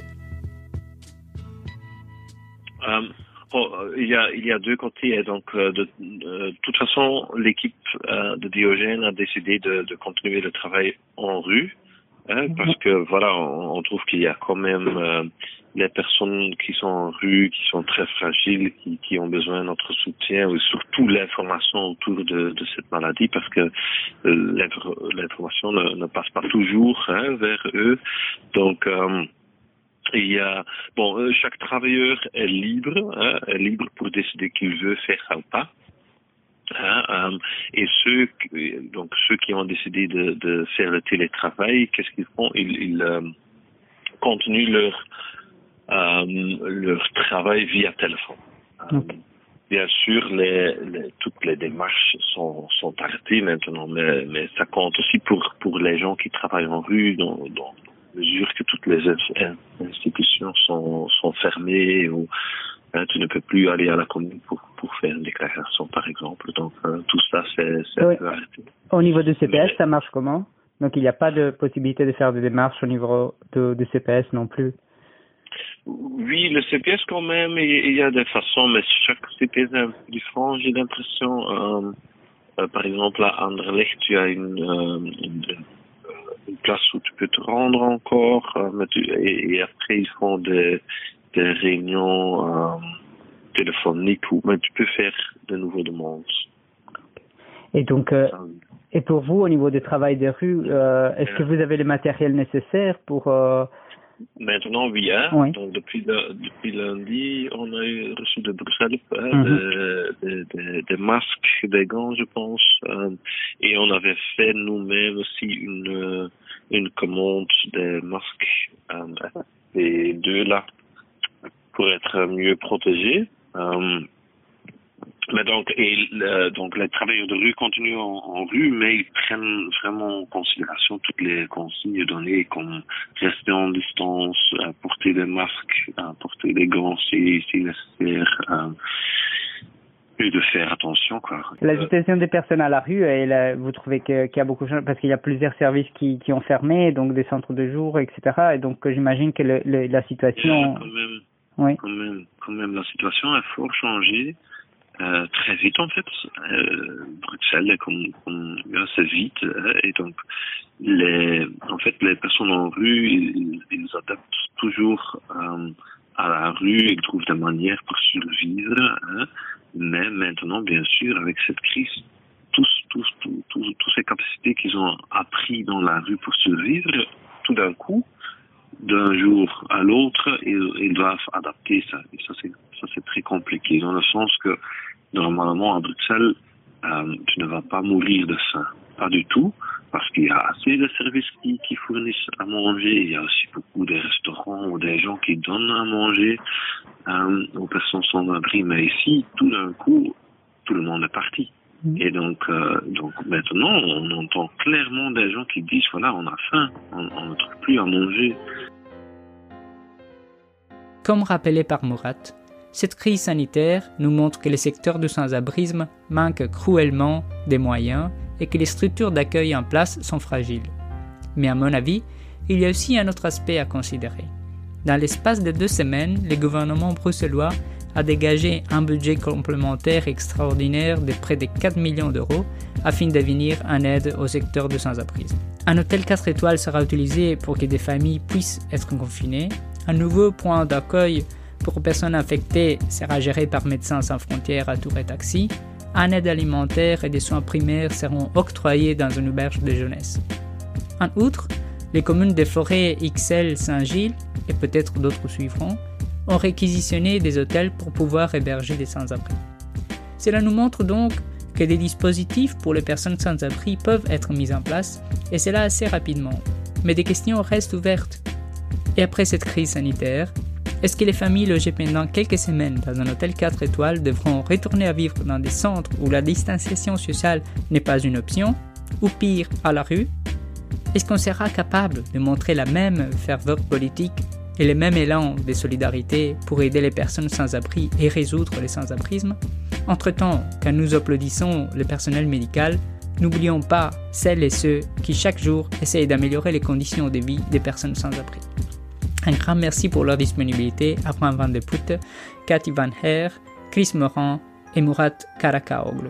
Euh, bon, il y a il y a deux côtés. Donc, euh, de, de, de toute façon, l'équipe euh, de Diogène a décidé de, de continuer le travail en rue, hein, parce que voilà, on, on trouve qu'il y a quand même euh, les personnes qui sont en rue, qui sont très fragiles, qui, qui ont besoin de notre soutien, ou surtout l'information autour de, de cette maladie, parce que euh, l'information ne, ne passe pas toujours hein, vers eux. Donc, euh, il y a bon, euh, chaque travailleur est libre, hein, est libre pour décider qu'il veut faire ça ou pas. Hein, euh, et ceux, donc ceux qui ont décidé de, de faire le télétravail, qu'est-ce qu'ils font? Ils, ils euh, continuent leur Euh, leur travail via téléphone. Euh, bien sûr, les, les, toutes les démarches sont, sont arrêtées maintenant, mais, mais ça compte aussi pour, pour les gens qui travaillent en rue, dans, dans mesure que toutes les institutions sont, sont fermées ou hein, tu ne peux plus aller à la commune pour, pour faire une déclaration, par exemple. Donc, hein, tout ça, c'est, c'est oui. un peu arrêté. Au niveau du C P S, Mais... ça marche comment? Donc, il n'y a pas de possibilité de faire des démarches au niveau de, du C P S non plus? Oui, le C P S quand même, il y a des façons, mais chaque C P S est un peu différent, j'ai l'impression. Euh, euh, par exemple, à Anderlecht, tu as une, euh, une, une place où tu peux te rendre encore, euh, mais tu, et, et après ils font des, des réunions euh, téléphoniques où mais tu peux faire de nouveaux demandes. Et donc, euh, et pour vous, au niveau du travail des rues, euh, est-ce que vous avez le matériel nécessaire pour... Euh... Maintenant, oui, hein. Oui. Donc, depuis, le, depuis lundi, on a eu reçu de Bruxelles hein, Mm-hmm. des, des, des masques, des gants, je pense. Euh, et on avait fait nous-mêmes aussi une, une commande des masques, euh, les deux là, pour être mieux protégés. Euh, Mais donc, et le, donc les travailleurs de rue continuent en, en rue, mais ils prennent vraiment en considération toutes les consignes données, comme rester en distance, euh, porter des masques, euh, porter des gants si, si nécessaire, euh, et de faire attention, quoi. La situation des personnes à la rue, elle, euh, vous trouvez que, qu'il y a beaucoup de choses, parce qu'il y a plusieurs services qui, qui ont fermé, donc des centres de jour, et cetera. Et donc, j'imagine que le, le, la situation... Euh, quand même, oui. quand même, quand même, la situation a fort changé. Euh, très vite en fait, euh, Bruxelles est comme, comme assez vite euh, et donc les, en fait les personnes en rue ils, ils adaptent toujours euh, à la rue, ils trouvent des manières pour survivre, hein, mais maintenant bien sûr avec cette crise, tous tous tous tous tous ces capacités qu'ils ont appris dans la rue pour survivre, tout d'un coup, d'un jour à l'autre, ils, ils doivent adapter ça et ça c'est ça c'est très compliqué dans le sens que normalement, à Bruxelles, euh, tu ne vas pas mourir de faim. Pas du tout, parce qu'il y a assez de services qui, qui fournissent à manger. Il y a aussi beaucoup de restaurants ou des gens qui donnent à manger euh, aux personnes sans abri. Mais ici, tout d'un coup, tout le monde est parti. Et donc, euh, donc maintenant, on entend clairement des gens qui disent, voilà, on a faim, on, on ne trouve plus à manger. Comme rappelé par Murat, cette crise sanitaire nous montre que le secteur du sans-abrisme manque cruellement des moyens et que les structures d'accueil en place sont fragiles. Mais à mon avis, il y a aussi un autre aspect à considérer. Dans l'espace de deux semaines, le gouvernement bruxellois a dégagé un budget complémentaire extraordinaire de près de quatre millions d'euros afin de venir en aide au secteur du sans-abrisme. Un hôtel quatre étoiles sera utilisé pour que des familles puissent être confinées. Un nouveau point d'accueil pour personnes infectées sera géré par Médecins sans frontières à Tour et Taxi. Un aide alimentaire et des soins primaires seront octroyés dans une auberge de jeunesse. En outre, les communes des Forêts, Ixelles, Saint-Gilles, et peut-être d'autres suivront, ont réquisitionné des hôtels pour pouvoir héberger des sans-abri. Cela nous montre donc que des dispositifs pour les personnes sans-abri peuvent être mis en place, et cela assez rapidement. Mais des questions restent ouvertes. Et après cette crise sanitaire, est-ce que les familles logées pendant quelques semaines dans un hôtel quatre étoiles devront retourner à vivre dans des centres où la distanciation sociale n'est pas une option, ou pire, à la rue? Est-ce qu'on sera capable de montrer la même ferveur politique et le même élan de solidarité pour aider les personnes sans abri et résoudre le sans-abrisme? Entre-temps, quand nous applaudissons le personnel médical, n'oublions pas celles et ceux qui chaque jour essayent d'améliorer les conditions de vie des personnes sans abri. Un grand merci pour leur disponibilité, Abraham Van de Putte, Cathy Van Her, Chris Moran et Murat Karakaoglu.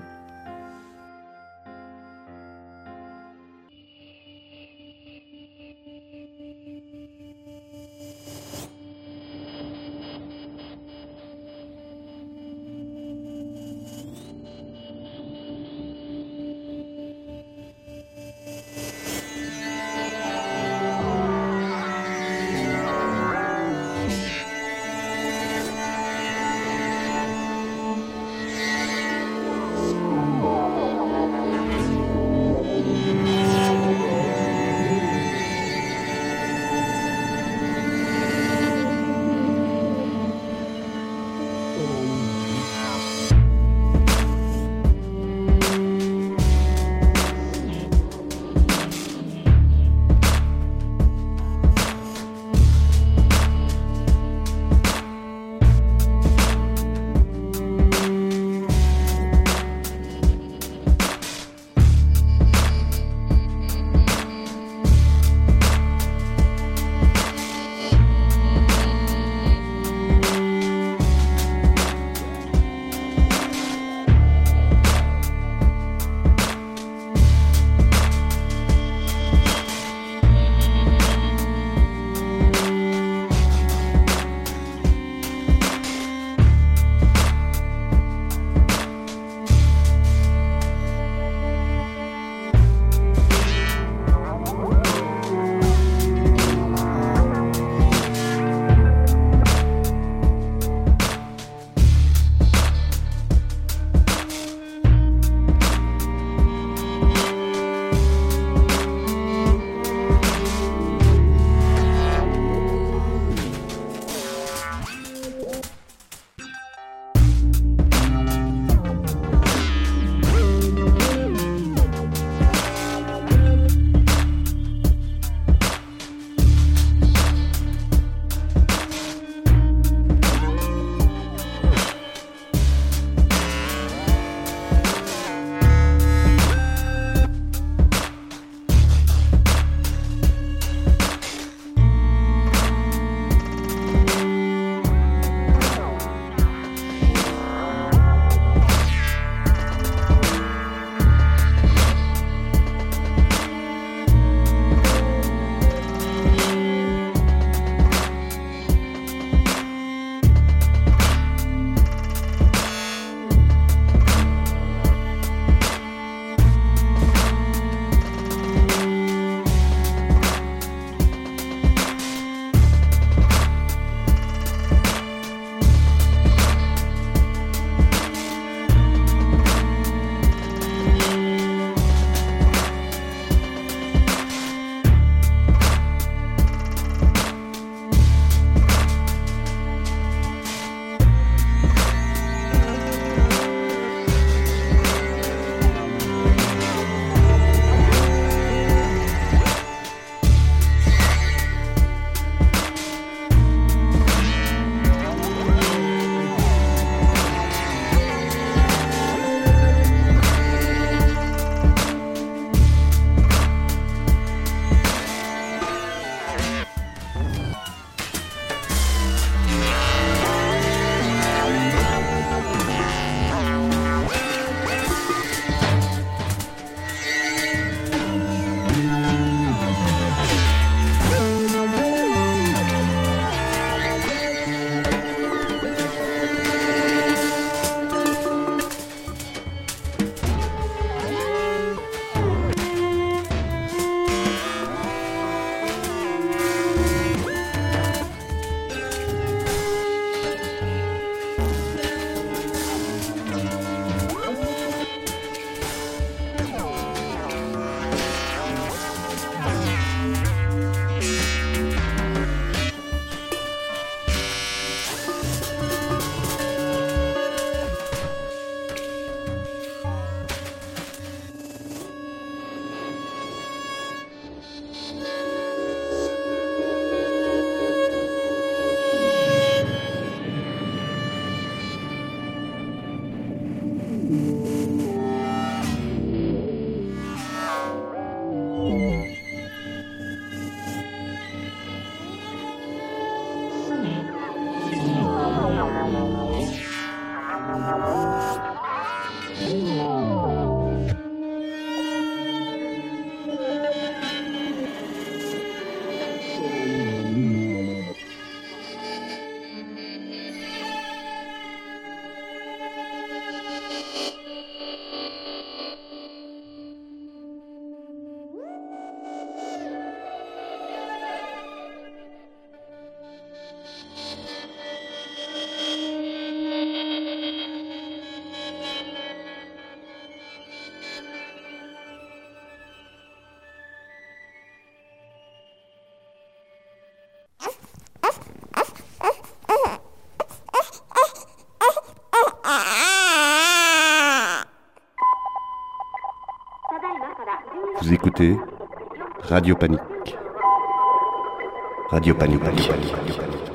Vous écoutez Radio Panique. Radio Panique. Radio Panique.